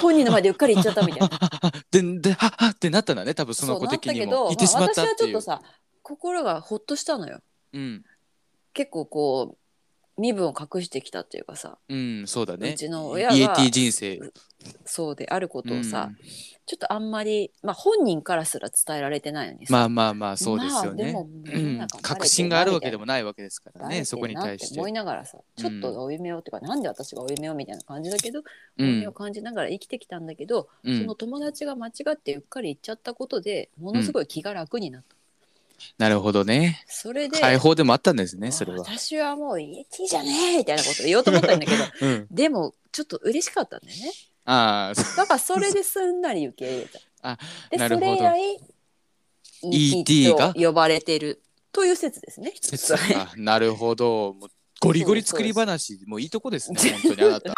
本人の前でうっかり言っちゃったみたいな。 でではっはってなったんだね多分その子的にも。 そうなったけど、 言ってしまったまあ、私はっていう。 ちょっとさ心がほっとしたのよ。 うん結構こう身分を隠してきたっていうかさ、 うんそうだね。 うちのイイエティ親が人生。 そうであるこうとをさ、 んちょっとあんまり、まあ、本人からすら伝えられてないのにさ、 まあまあまあそうですよね。 まあでもうん世の中バ確レて信があるわけんなみたいな、 でもないわけですからバレねそこてんなってに対して。 思いながらさ、ちょっと負い目をっていうか、なんで私が負い目をみたいな感じだけど、 う負い目をん感じながら生きてきたんだけど、 うんその友達が間違ってうっかり言っちゃったことでものすうんごい気が楽になった。 なるほどね。 それで解放でもあったんですねそれは。 私はもうイエティじゃねえみたいなこと言おうと思ったんだけど、 うんでもちょっと嬉しかったんだよね。 ああだからそれですんなり受け入れた。 あでそなるほど。 れ以来イーイーティーティー がと呼ばれてるという説ですね。一つはね。 あなるほど。もうゴリゴリ作り話もういいとこですね本当にあなた。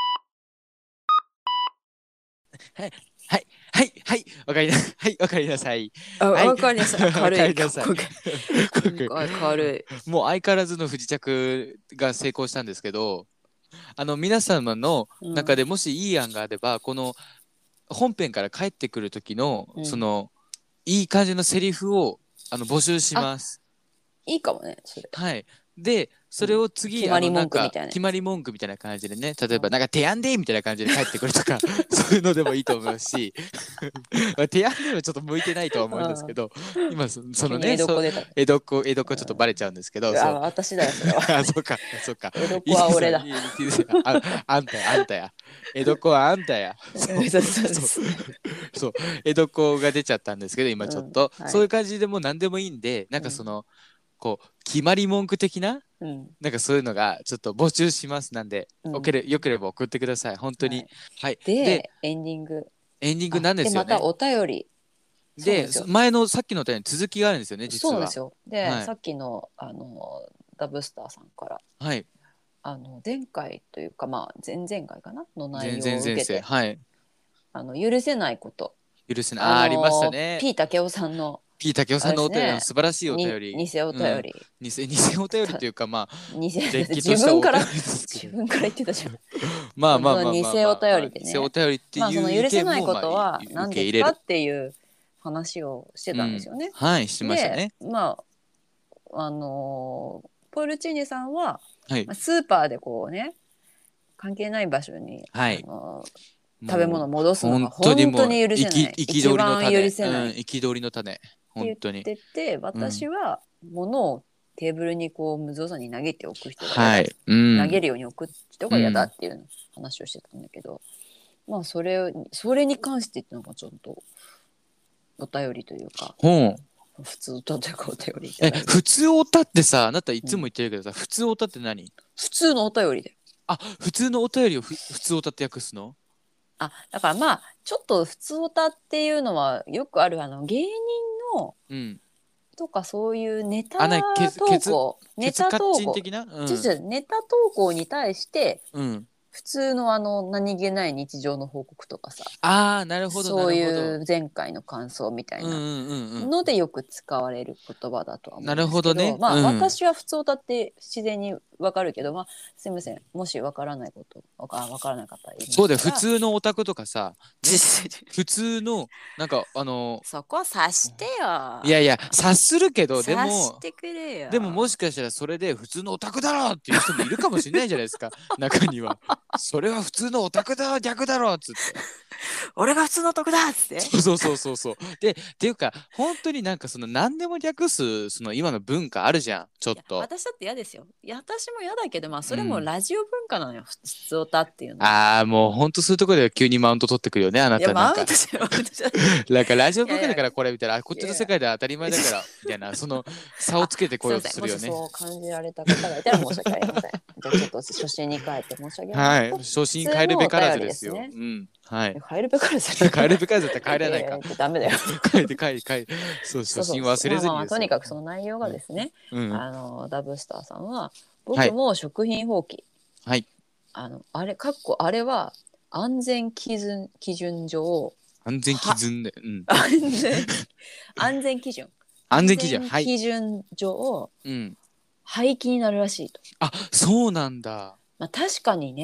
はいはいはいはいわかりなはいわかりなさい。 あ、 はいわかりやすい。軽い。 わかりなさい。 今回軽い。 もう相変わらずの不時着が成功したんですけど、あの皆様の中でもしいい案があれば、この本編から帰ってくる時の、 うんそのいい感じのセリフをあの募集します。 いいかもね、それ。 はい。で、それを次、 決まりあのなんか文句みたいなやつ決まり文句みたいな感じでね、例えばなんか提案でみたいな感じで帰ってくるとか、そういうのでもいいと思うし、まあ提案ではちょっと向いてないとは思うんですけど、今そそのね、 急に江戸っ子出た。 江戸っ子江戸っ子ちょっとバレちゃうんですけど、 あ、 そう私だよ、それは。 あ、そうか、そうか。 江戸っ子は俺だ。 いいですいいですあ、あんたや、あんたや。江戸っ子はあんたや。そうそうそうそうそう、江戸っ子が出ちゃったんですけど、今ちょっと、 うんはいそういう感じでもう何でもいいんで、なんかその、こう決まり文句的な、 うんなんかそういうのがちょっと募集しますなんで、 うんおけれよければ送ってください。本当に。 はいはい。 でで、 エンディング。 エンディングなんですよね。 あでまたお便り。そうで、 ですよ前のさっきのお便りに続きがあるんですよね、実は。 そうなんですよ。で、 はいさっきのあのダブスターさんからはい。 あの前回というか、まあ、前々回かなの全内容然前世。 を受けてはい。 あの許せないこと許せない。あー、ありましたのね。 ピータケオさんの P 武雄さんのお便り、 あれですね素晴らしいお便り。 に偽お便り、 うん、偽偽お便りというか、まあ、 偽れっきと自したお便分からりですけど。 自分から言ってたじゃん。 まあまあまあまあまあ、 偽お便りでね偽お便りってまあそのいう意許せない見もまことはあ何受け入れる。 ですかっていう話をしてたんですよね。 うん、はい、してましたね。 でまああのーポルチーニさんは、 はいまあ、スーパーでこうね関係ない場所に、 はいあのー食べ物を戻すのが本当にもう本当に許せない憤りの一番種。 許せないうん、憤りの種。 って本当に。 言ってて、私は物をテーブルにこう無造作に投げておく人が嫌だ、 はい。うん、 投げるように置く人が嫌だっていう話をしてたんだけど、まあそれそれに関してっていうのがちょっとお便りというかほう。 普通歌というかお便りいたえ、 だいて、 普通オタってさ、あなたいつも言ってるけどさ、普通オタって何？ 普通のお便りで、 あ、普通のお便りをふ普通オタって訳すの？ あだからまあちょっと普通歌っていうのはよくあるあの芸人のうん。 とかそういうネタあなケツケツ投稿ネケツカッタ投稿チン的な？うん。 ちょちょネタ投稿に対してうん。 普通のあの何気ない日常の報告とかさ、 ああ、なるほど、 そういなるほど。 う前回の感想みたいなうんうんうんうん。 のでよく使われる言葉だとは思うんですけど、 なるほどねまあ、 うん私は普通歌って自然にわかるけど、まあ、すみませんもしわからないことわかわからない方いましたらそうだよ、普通のオタクとかさ、 実際普通の、なんか、あの、 そこは察してよ。 いやいや、察するけど、で察もし、てくれよ。 でももしかしたらそれで普通のオタクだろっていう人もいるかもしれないじゃないですか、中には。それは普通のオタクだ、逆だろっつって。 俺が普通の得だっつって。 そうそうそうそう。で、っていうか、本当になんかその何でも略す、その今の文化あるじゃん、ちょっいやと。 私だって嫌ですよ。いや私も嫌だけど、まあそれもうんラジオ文化なのよ。普通歌っていうのは。 ああ、もう本当そういうところで急にマウント取ってくるよね、あないやたなんか。 マウントじゃマウントじゃなんかラジオ文化だいやいやからこれみたいな、あこっちの世界では当たり前だから、みたいな、その差をつけてこようとするよね。 もしそう感じられた方がいたら申し訳ありません。じゃあちょっと初心に帰って申し訳なはいい、 と。 初心変えるべからずですよ。 普通のお便りですうん、はい。 帰るべからず変えるべからずだったら帰れないかやや。やダメだよ。 帰って帰り帰り。そう、初心忘れずまあまあまあにですよ。 とにかくその内容がですね、 うん、 あのダブスターさんははい僕も食品放棄、 はい。 あのあれかっこあれは安全基準基準上安全基準で、うん。 安全安全基準安全基準、 安全はい。 基準上うん。 廃棄になるらしいと。 あ、そうなんだ。 まあ確かにね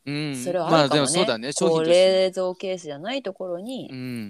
うん、 それはあまあでるかもね。 もそうだね、商こう品として。 冷蔵ケースじゃないところにうん。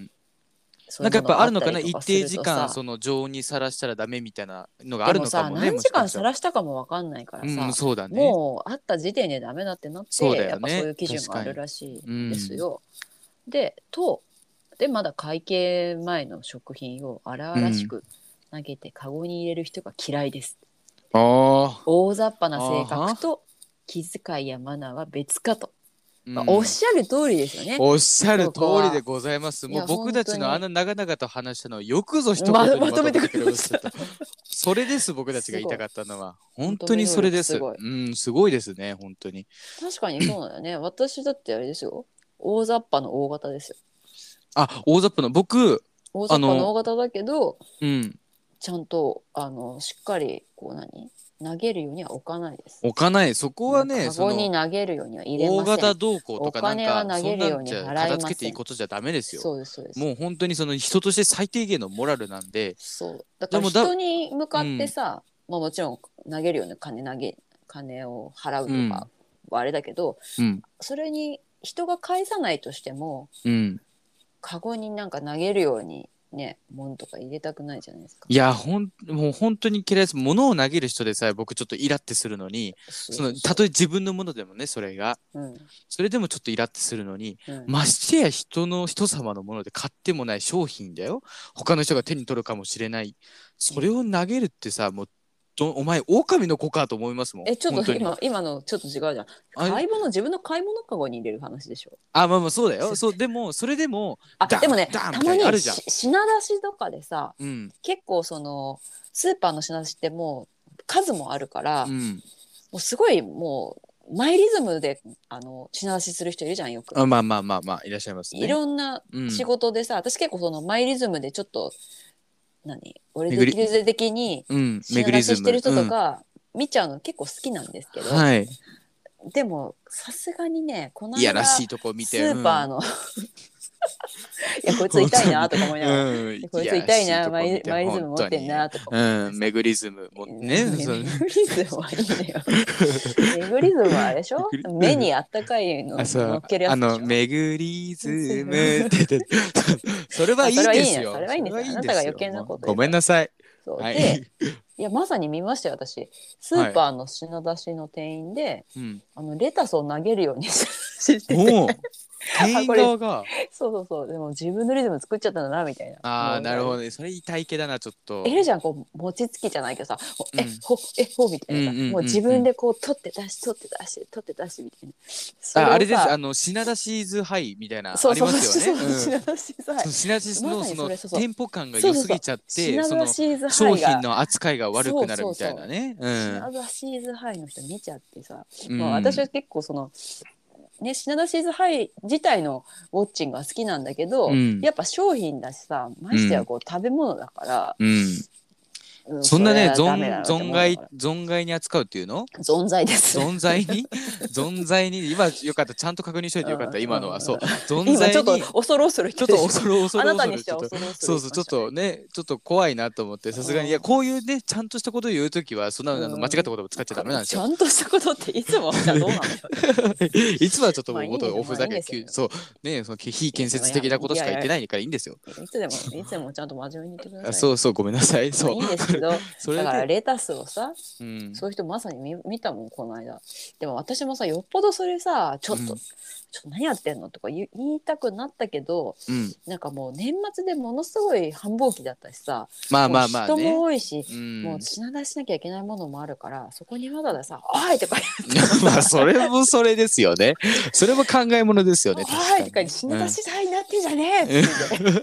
そういうもなんかやっぱあるのかな、 のがあったりと一かする定時間とさ、 その常温にさらしたらダメみたいなのがあるでもさ、 のかもね、 何時もしかしたら。 間さらしたかもわかんないからうん、 さ、 そうだね。 もうあった時点でダメだってなっそうだて、やっぱそうよね。 いう基準がある確かに。 らしういんですん。 よ。で、と、で、まだ会計前の食品を荒うん。 々しく投げてカゴに入れる人が嫌いです。 あ大雑把なあ。あ性あは。 格と気遣いやマナーは別かと。まあ、おっうん。 しゃる通りですよね。 おっしゃるそ通こは。 りでございます。 いや、 もう僕本たちのあん当に、 な長々と話したのをよくぞ一ま、 言にまとめてくまとめてくれました。 れました。それです、僕たちが言すごい。 いたかったのは。 ま本当にとめ能それです。 力すごい。 うん、すごいですね、本当に。 確かにそうなんだよね。私だってあれですよ。大雑把の大型ですよ。 あ、大雑把な、僕、 大雑把のあの、 大型だけど、 うん、 ちゃんと、あの、しっかり、こう何投げるようには置かないです。 置かない。そこはね、 もうカその、 ゴに投げるようには入れ大ません。 型動向とおかなん金はか、そん投げるようになんじゃ払い片付けていいません。 ことじゃダメですよ。 そうです、そうです。 もう本当にその人として最低限のモラルなんで、 そう。だからでもだ、 人に向かってうん、 さ、まあもちろん投げるような金投げ、金を払ううん、 とかはあれだけど、 うん、 それに人が返さないとしても、 うん。 カゴになんか投げるようにね、もんとか入れたくないじゃないですか。 いや、ほん、もう本当に嫌いです。物を投げる人でさえ僕ちょっとイラってするのに、その、 そうそうそたとえ自分のものでもね、それが。 う。うん。 それでもちょっとイラってするのに、 うん。 ましてや人の人様のもので買ってもない商品だよ。他の人が手に取るかもしれない。それを投げるってさ、もう、どお前、狼の子かと思いますもん。 え、ちょっ本当に。 と今、今のちょっと違うじゃん。 あれ、 買い物、自分の買い物カゴに入れる話でしょ。 あ、まあまあそうだよ。そう、でも、それでも、 あ、 ダン、 でもね、 ダンみたたまいにあるじゃん。 にし品出しとかでさ、 うん。 結構その、スーパーの品出しってもう数もあるから、 うん。 もうすごいもう、マイリズムであの品出しする人いるじゃん、よく。 あ、まあまあまあまあ、いらっしゃいますいね。 ろんな仕うん。 事でさ、私結構そのマイリズムでちょっと、何俺で巡り、 きるぜ的にうん、 品巡りズム。 出ししてる人うん。 とか見ちゃうの結構好きなんですけど、 はい。 でもさすがにね、このいやらし間いとこ見スて、うん。 ーパーのいやこいつ本当に。 痛いなとか思いながら、 うん。 こいついやら痛いな、 しいとマイ、 こ見て、 マイリズ本ム持ってん当に。 なとか思いながうん。 らさ、 巡りズムもね、 メそのメグリズムはいいんだよ。メグリズムはあれでしょ、 巡り、うん。 目にあったかいのあ、そう。 乗っけるやあの、 つでしょ。 巡りズムって言って、それはあ、 いいんそれはいいんや、そですよ。 れはいいんですよ。あそれはいいんなたが余ですよ。 計なこともうご言うから。 めんなさい。 そうで、 はい。 いやまさに見ましたよ私。スーはい。 パーの品出しの店員で、 うん。 あのレタスを投げるようにしてて、 もう、店員あこれ側が、 そうそうそう、でも自分のリズム作っちゃったんだなみたいな。 ああ、 もうなるほどね。それ痛い系だな、ちょっと。 いるじゃん、こう餅つきじゃないけどさ、 うん。 えほえほみたいなさ、 うんうんもう自うんうん。 分でこう取って出し取って出し取って出しみたいな。そあ、あれです。 れをさ、 あの、品出しーズハイみたいな、ありそうそうますよね。 そうそううん。 品出しさ、 その品出しまさにのそのそれそうそうテンポ感がそうそうそう、 良すぎちゃって、 品その出しズハ商イが、 品の扱いが悪くそうなるみたいそうそう、 なね。うん。 品出しズハイの人見ちゃってさ、 うまあ、私はん。 結構そのね、品出しズハイ自体のウォッチングが好きなんだけど、 うん。 やっぱ商品だしさ、ましてやうん。 こう食べ物だから、 うん。 うん、 そんなね、 それはダメ存、 だなって存外、 思いながら。 存外に扱うっていうの？ 存在です。 存在に存在に、今よかった。ちゃんと確認しといてよかった。 うん今のは。 うん、 そう。存今ちょっと在に、 恐る恐る言っちょったでしょ。 と恐る恐あなたにる恐る、ちょっと、 しては恐る恐るそうそう、ちょっ言いましたね。 とね、ちょっと怖いなと思って、さすがに、いや、こういうね、ちゃんとしたことを言うときは、そんなあの間違ったうん、 言葉使っちゃダメなんですよ。 ちゃんとしたことっていつもじゃあどうなんだよ。 いつもはちょっともうもっまあいいんですよ、 とおふざけ、 まあいいんですよ。 きゅそう、ね、その非建設いや的なことしか言っいやいや、 てないからいいんですよ。 いつでもいつでもちゃんと真面目に言ってくださいよ。 あ、そうそう、ごめんなさい。そう。 まあいいんですけど、 そだれで、 からレタスをさ、 うん、 そういう人まさに見、見たもんこの間。でも私もさ、よっぽどそれさ、ちょっと、 うん、 ちょっと何やってんのとか言い言いたくなったけど、 うん。 なんかもう年末でものすごい繁忙期だったしさ、もうまあまあまあ人もね。 多いし、 うもうん。 品出ししなきゃいけないものもあるからそこにわざわざさ「おい!」とか言ってもまあ、 さそれもそれですよね。それも考えものですよ 「おね、確い!」とかかに。うん。 品出し代になってんじゃねえっつって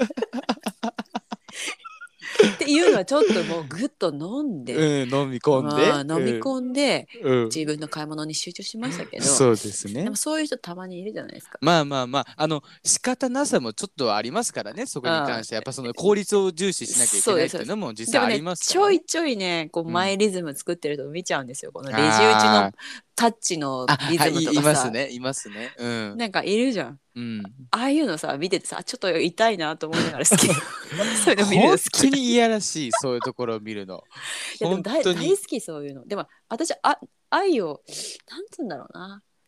っていうのはちょっともうぐっと飲んで、 うん、飲み込んで。 あ飲みうん。 込んでうん。 自分の買い物に集中しましたけど、 そうですね。 でもそういう人たまにいるじゃないですか。 まあまあまあ、あの、仕方なさもちょっとはありますからね、そこに関あして。やっぱその効率を重視しなきゃいけそうですそうです。 ないっていうのも実でもね際ありますからね。 ちょいちょいねこううん。 マイリズム作ってると見ちゃうんですよ。このレジ打ちのあタッチのあ。あ、はい、 リズムとい、いかさ、 ますね、いますね。うん。 なんかいるじゃん。 うん。 ああいうのさ見ててさちょっと痛いなと思いながら好き。そういうの見るの本好き。 当にいやらしい、そういうところを見るの。 いやでも本当に。 大大好きそういうの。でも私あ愛をなんつうんだろうな。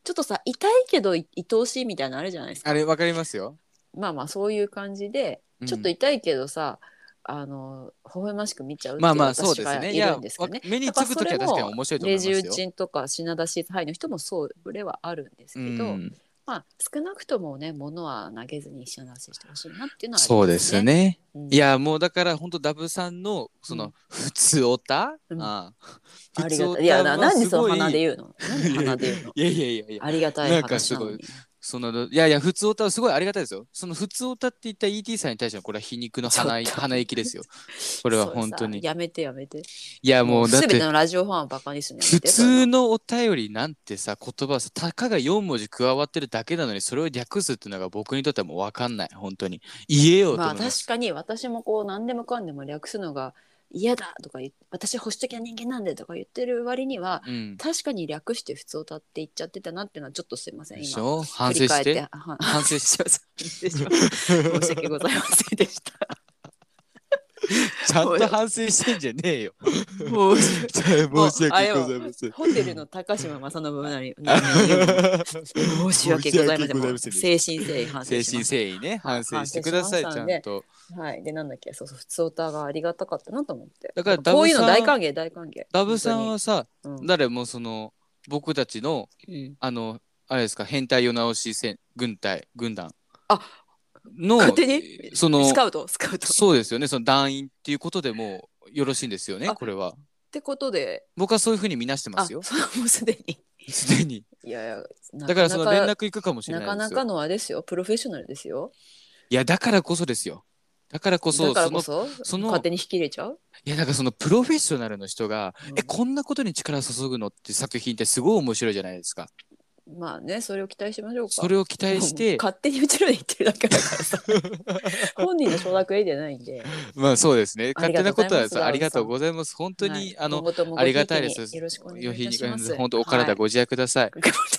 ちょっとさ痛いけどい愛おしいみたいなのあるじゃないですか。 あれわかりますよ。 まあまあそういう感じで、 うん、 ちょっと痛いけどさあの微笑ましく見ちゃうっていうまあまあそう私ですね。いがいるやんですけどね。 目にだからつくときは確かにそれも面白いと思レジ打いますよ。 ちとか品出し範囲の人もそれはあるんですうけど、 ん、 まあ少なくともね物は投げずに品出ししてほしいなっていうのはありそうでますね。 すね。 うん、 いやもうだから本当ダブさんのそのうん普通オタ、 うん、 ああ普あり通オがたい。いやな、 タはなんでそのすごい。 鼻で言うのなんで鼻で言うのいやいやいやいや、 ありがたいなんかすごい話なのに。 そのいやいや普通オタはすごいありがたいですよ。その普通オタって言った イーティー さんに対してのこれは皮肉の鼻いちょっと鼻息ですよ。これはそれ本当に。 さやめてやめて。 いやもうすべてもうだってのラジオファンをバカにするのやめ普てそういうの。 通のお便りなんてさ言葉さたかがよん文字加わってるだけなのにそれを略すっていうのが僕にとってはもう分かんない本当に言えようとまあ思います。 確かに私もこう何でもかんでも略すのが嫌だとか言私保守的な人間なんでとか言ってる割にはうん。 確かに略して普通歌って言っちゃってたなっていうのはちょっとすいません今でしょ反振り返って省しては反省し反省しました申し訳ございませんでした。 ちゃんと反省してんじゃねえよ。 もう申申し訳ございません。 ホテルの高島正信なりなりに言うの申し訳ございません。もう誠心誠意反省誠心します。 誠意ね、 はい反省してください、ちゃんと。 はい、でなんだっけそうそう普通歌がありがたかったなと思って。 だからこういうの大ダブさん、 歓迎大歓迎。 ダブさんはさ、 本当にうん誰もその、僕たちの、 うんあの、あれですか、変態世直し戦軍隊、軍団あの、 勝手にその、 スカウトスカウト。っそうですよね、その団員っていうことでもよろしいんですよね、 あこれは。 てことで僕はそういうふうに見なしてますよ、 あそもうすでにすでに。 いやいやなだからその連かなか絡行くかもしれなないですよ。 かなかのあれですよプロフェッショナルですよ。 いや、だからこそですよ。だからこだそ、その、 からこそその、 勝手に引き入れちゃう。 いや、なんかそのプロフェッショナルの人が、 うんえ、こんなことに力注ぐのって作品ってすごい面白いじゃないですか。 まあねそれを期待しましょうか。 それを期待しもうて、 勝手にうちらで言ってるだけだからさ本人の承諾得てないんでまあそうですね。 あり勝手ながとうございますことはさありがとうございます。本当に、 はいあの、 今後ともごありひいきにがたいです。 よろしくお願いいよひたします本当お体ご自愛ください。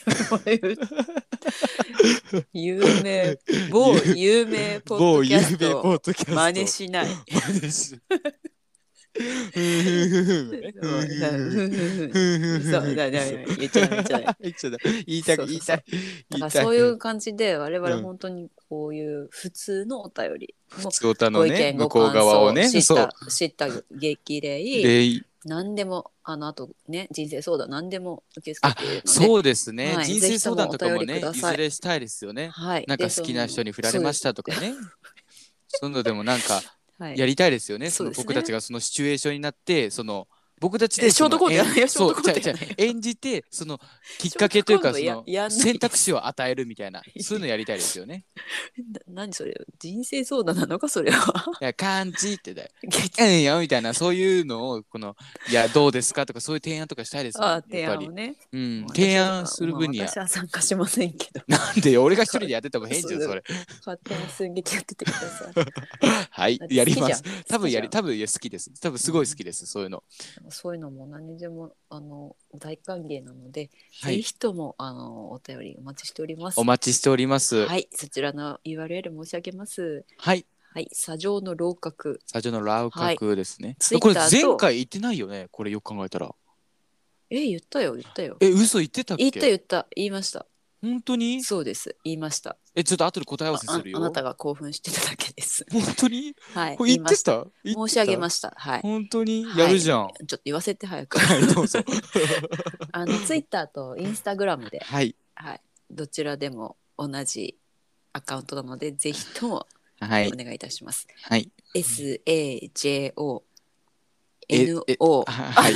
有名某有名ポッ某ドキャス有名ポトッドキャスト。 真似しない真似しふんふんふんふんねふんふんふんふんそうだだ言っちゃダメ言っちゃダメ言っちゃダメ言いたいそうそうそう言いたいだから言いたい。 そういう感じで我々 うん本当にこういう普通のお便りも普通歌のご意ね見ご向こう感想側をね知っそうた知った激励で何でもあのあとね人生相談何でも受け付あけているのでそうですね、 はい人生相談とかもぜひともお便りねいくださいずれしたいですよね。 はいなんか好きな人に振られましたとかねそういうのでもなんかはいやりたいですよね。そのそうですね僕たちがそのシチュエーションになってその僕たちでえショートコントやらないよそのショートコントやらないよそうじゃあじゃあ演じてそのきっかけというかそショートコンのトややんない選択肢を与えるみたいなそういうのやりたいですよね。 な何それ人生相談なのかそれは。 いや感じってだようんよみたいなそういうのをこのいやどうですかとかそういう提案とかしたいですよあ提やっぱり。 案をね。 うん、 私は提案する分には、 まあ私は参加しませんけどなんでよ俺が一人でやってても変じゃんそれ。 勝手に寸劇やっててください。 はいだってやります好きじゃん。 多分やり好きじゃ多分いや好きです多分すごい好きです、そういうの。 んそういうのも何でもあの大歓迎なので、 はいぜひともあのお便りお待ちしております。 お待ちしております。 はいそちらの ユーアールエル 申し上げます。 はい。 はい砂上の楼閣。 スタジオのラウカクですね。 はいこれ Twitter と前回言ってないよね。これよく考えたら。 え言ったよ言ったよ。 え嘘言ってたっけ？ 言った言った言いました。 本当に？ そうです言いました。 えちょっと後で答え合わせあするよ。 あなたが興奮してただけです。 本当に？ はいこれ言ってた？ 言いました申し上げまししたはい。 本当にはいやるじゃん。 ちょっと言わせて早く。 はいどうぞ。 あのツイッターとインスタグラムで、 はいはい、どちらでも同じアカウントなのでぜひともはいお願いいたします。 はいエスエージェーオーえエヌえオーはい。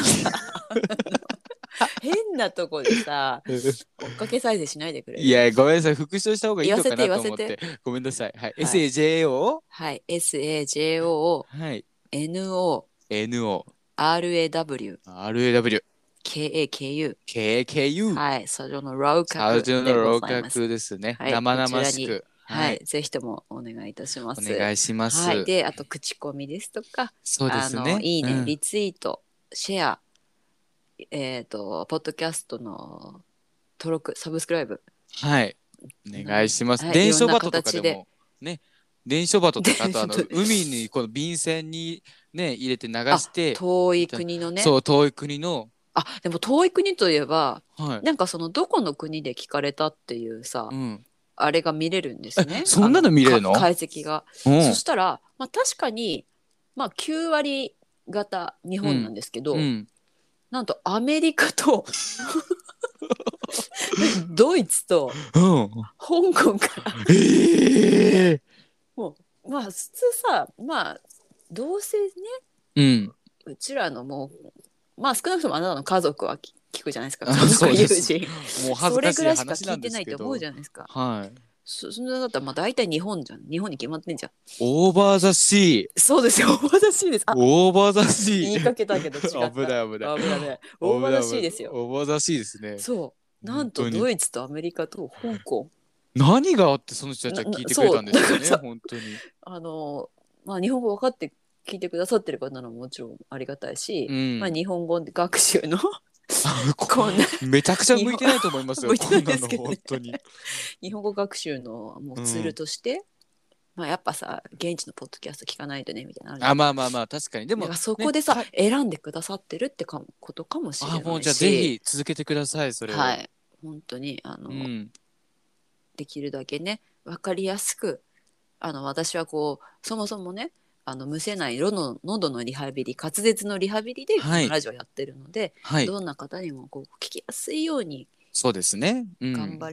変なとこでさ追っかけ再生しないでくれる。 いやごめんなさい復唱した方がいいのかなと思っ言わせててごめんなさい。はい。 いエスエージェーオーはい エスエージェーオーはいエヌオーエヌオーアールエーダブリューアールエーダブリューケーエーケーユーケーケーユーはいスタジオのロースカクでタジオの楼ございます。 閣ですね。 はい生々しこちらく。 はい、ぜひともお願いいたします。 お願いします。 はい、で、あと口コミですとか、 そうですね。 あのいいね、 うんリツイート、シェア、えっ、と、ポッドキャストの登録、サブスクライブ。 はい。お願いします。 はい伝書バトとかいろんな形ででもね、伝書バトとかあとあの伝書海にこの便箋にね入れて流して、 遠い国のね、 そう遠い国のあ、でも遠い国といえば、 はい。 なんかそのどこの国で聞かれたっていうさ、 うん。 あれが見れるんですね。 そんなのあのか見れるの？ 解析が。そうん。 したら、まあ、確かに、まあ、きゅう割方日本なんうん。 ですけど、 うん。 なんとアメリカとドイツとうん。 香港からええもう、まあ普通さ、まあどうせね、 ー。うん。 うちらのもう、まあ少なくともあなたの家族はき聞くじゃないですか。 あ、 家族友そうです。 人。 もう恥ずかしいそれぐらいしか話なんで聞いてないと思うすけど。 じゃないですか。 はい。 そそんなだったらまあ大体日本じゃん。日本に決まってんじゃん。 オーバーザシー。 そうですよ。オーバーザシーです。あ、 オーバーザシ言いかけたけど違ー。 った。 危ない危ない。 危ないね。オーバーザ危ない危ない。 シーですよ。 オーバーザシーですね。 そう。なんと本当に。 ドイツとアメリカと香港。 何があってその人たちなは聞いてくれなそう。 たんでしょうね。 だからさ、 本当に。 あの、まあ日本語分かって聞いてくださってる方なのももちろんありがたいし、まあうん。 日本語学習のここんなめちゃくちゃ日本向いてないと思いますよ。 向いてないこんなのですけどね。 本当に。 日本語学習のもうツールうん。 として、まあやっぱさ、現地のポッドキャスト聞かないとねみたいなのあるじゃあ、 ん。 まあまあまあ、確かに。でも、 だからそこね、 でさ、 か、 選んでくださってるってかことかもしあ、 れないもうじゃあぜし、 ひ続けてください、それを。 はい、本当にあのうん。 できるだけね分かりやすく、あの私はこうそもそもね、あのむせない喉の喉のリハビリ、滑舌のリハビリでこはい。 のラジオやってるので、 はい。 どんな方にもこう聞きやすいようにそうですね。うん。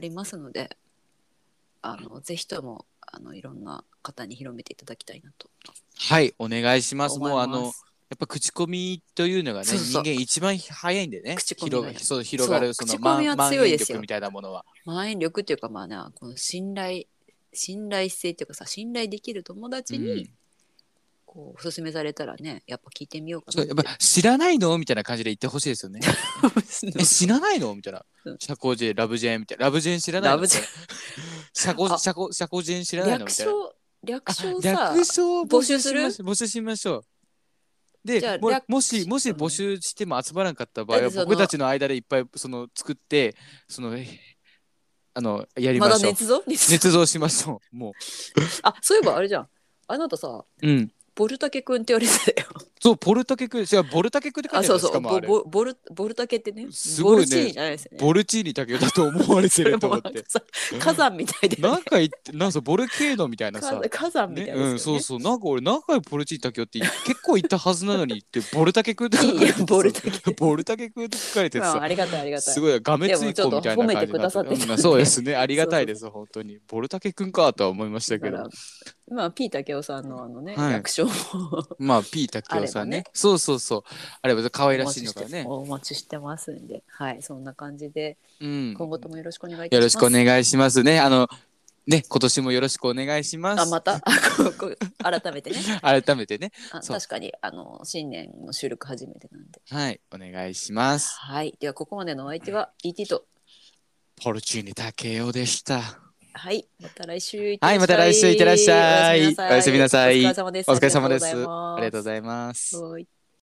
頑張りますので、あのぜひともあのいろんな方に広めていただきたいなとはい、お願いします。 思いもうあの、 ます。 やっぱ口コミというのがね、 そうそうそう、 人間一番早いんでね、 口コミが、 広が、そう、広がそうる、その、まん、 口コミは蔓強いですよ。 延力みたいなものは。 満員力っていうか、まあね、この信頼信頼性っていうかさ、信頼できる友達にうん。 こうおすすめされたらね、やっぱ聞いてみようかそう、やっぱなって。 知らないのみたいな感じで言ってほしいですよね。え、知らないのみたいな。社交辞令、ラブジェンみたいな。ラブジェン知らないラブジェン。 のみたいな。社交、 あ、 社交、社交辞令知らないのみたいな。 略称、略あ、 称さ、 略称を募募集する。 集しましょう。募集しましょう。で、も、 じゃあ略もし、もし募うん、 集しても集まらなかった場だっ合は、 てその、 僕たちの間でいっぱい、その、作って、その、えあの、やりまだましょ捏造捏う。捏造。 造しましょう。もあ、そういえばあれじゃん。あなたさ、 う。うん。 ボルタケくんって言われてたよ。 そう、ポルタケク、じゃあ、ボルタケクって書いあ、 てあるんだ、しそうそう、 かもあれ。 ボボボルボルタケってね、 すごいね。 ボルチーニじゃないですよね。 ボルチーニだけだと思われてそれると思って。 もなんかさ、火山みたいだよね。 なんか言って、なんかそうボルケーノみたいなさ、 火火山みね、 たいでうん、 すよね。 そうそう、なんか俺何回ポルチーニ竹雄って結構言ったはずなのにって、ボルタケくんって書いいや、 かれてて、 ボそう、 ルタケ。 ボルタケくんって書かれててまあ、 さ、 ありがたいありがたい。 すごい、がめでつい子みもちょっとたいな感褒めてくだじになってて、うん、 さってたんで。 そうですね、ありがそうそうそう。 たいです、本当に。ボルタケくんかとは思いましたけど、 だから、まあ、ピータケオさんのあのね、 はい。 略称もまあ、ピー竹あればね、 雄さんね、そうそうそう、あれば可愛らしいお待ちして、 のからね、 お待ちしてますんで、はい、そんな感じで、 うん、 今後ともよろしくお願いいたよろしくおします。 願いしますね。あの、ね、今年もよろしくお願いしまあ、 す。 また、あここ改めてね。 改めてね。 あ、 そう。 確かに、あの、新年の収録初めてなんで。 はい。お願いします。 はい。では、ここまでのお相手は イーティー と、 ポルチーニ竹雄でした。 はい。また来週いってはい。 らっしゃい。 また来週いってらっしおやすみなゃい。おやすみなさい。おさい。 疲れ様です。 お疲れありがとうござい様です。ありがとうごます。 ざいます。 はい。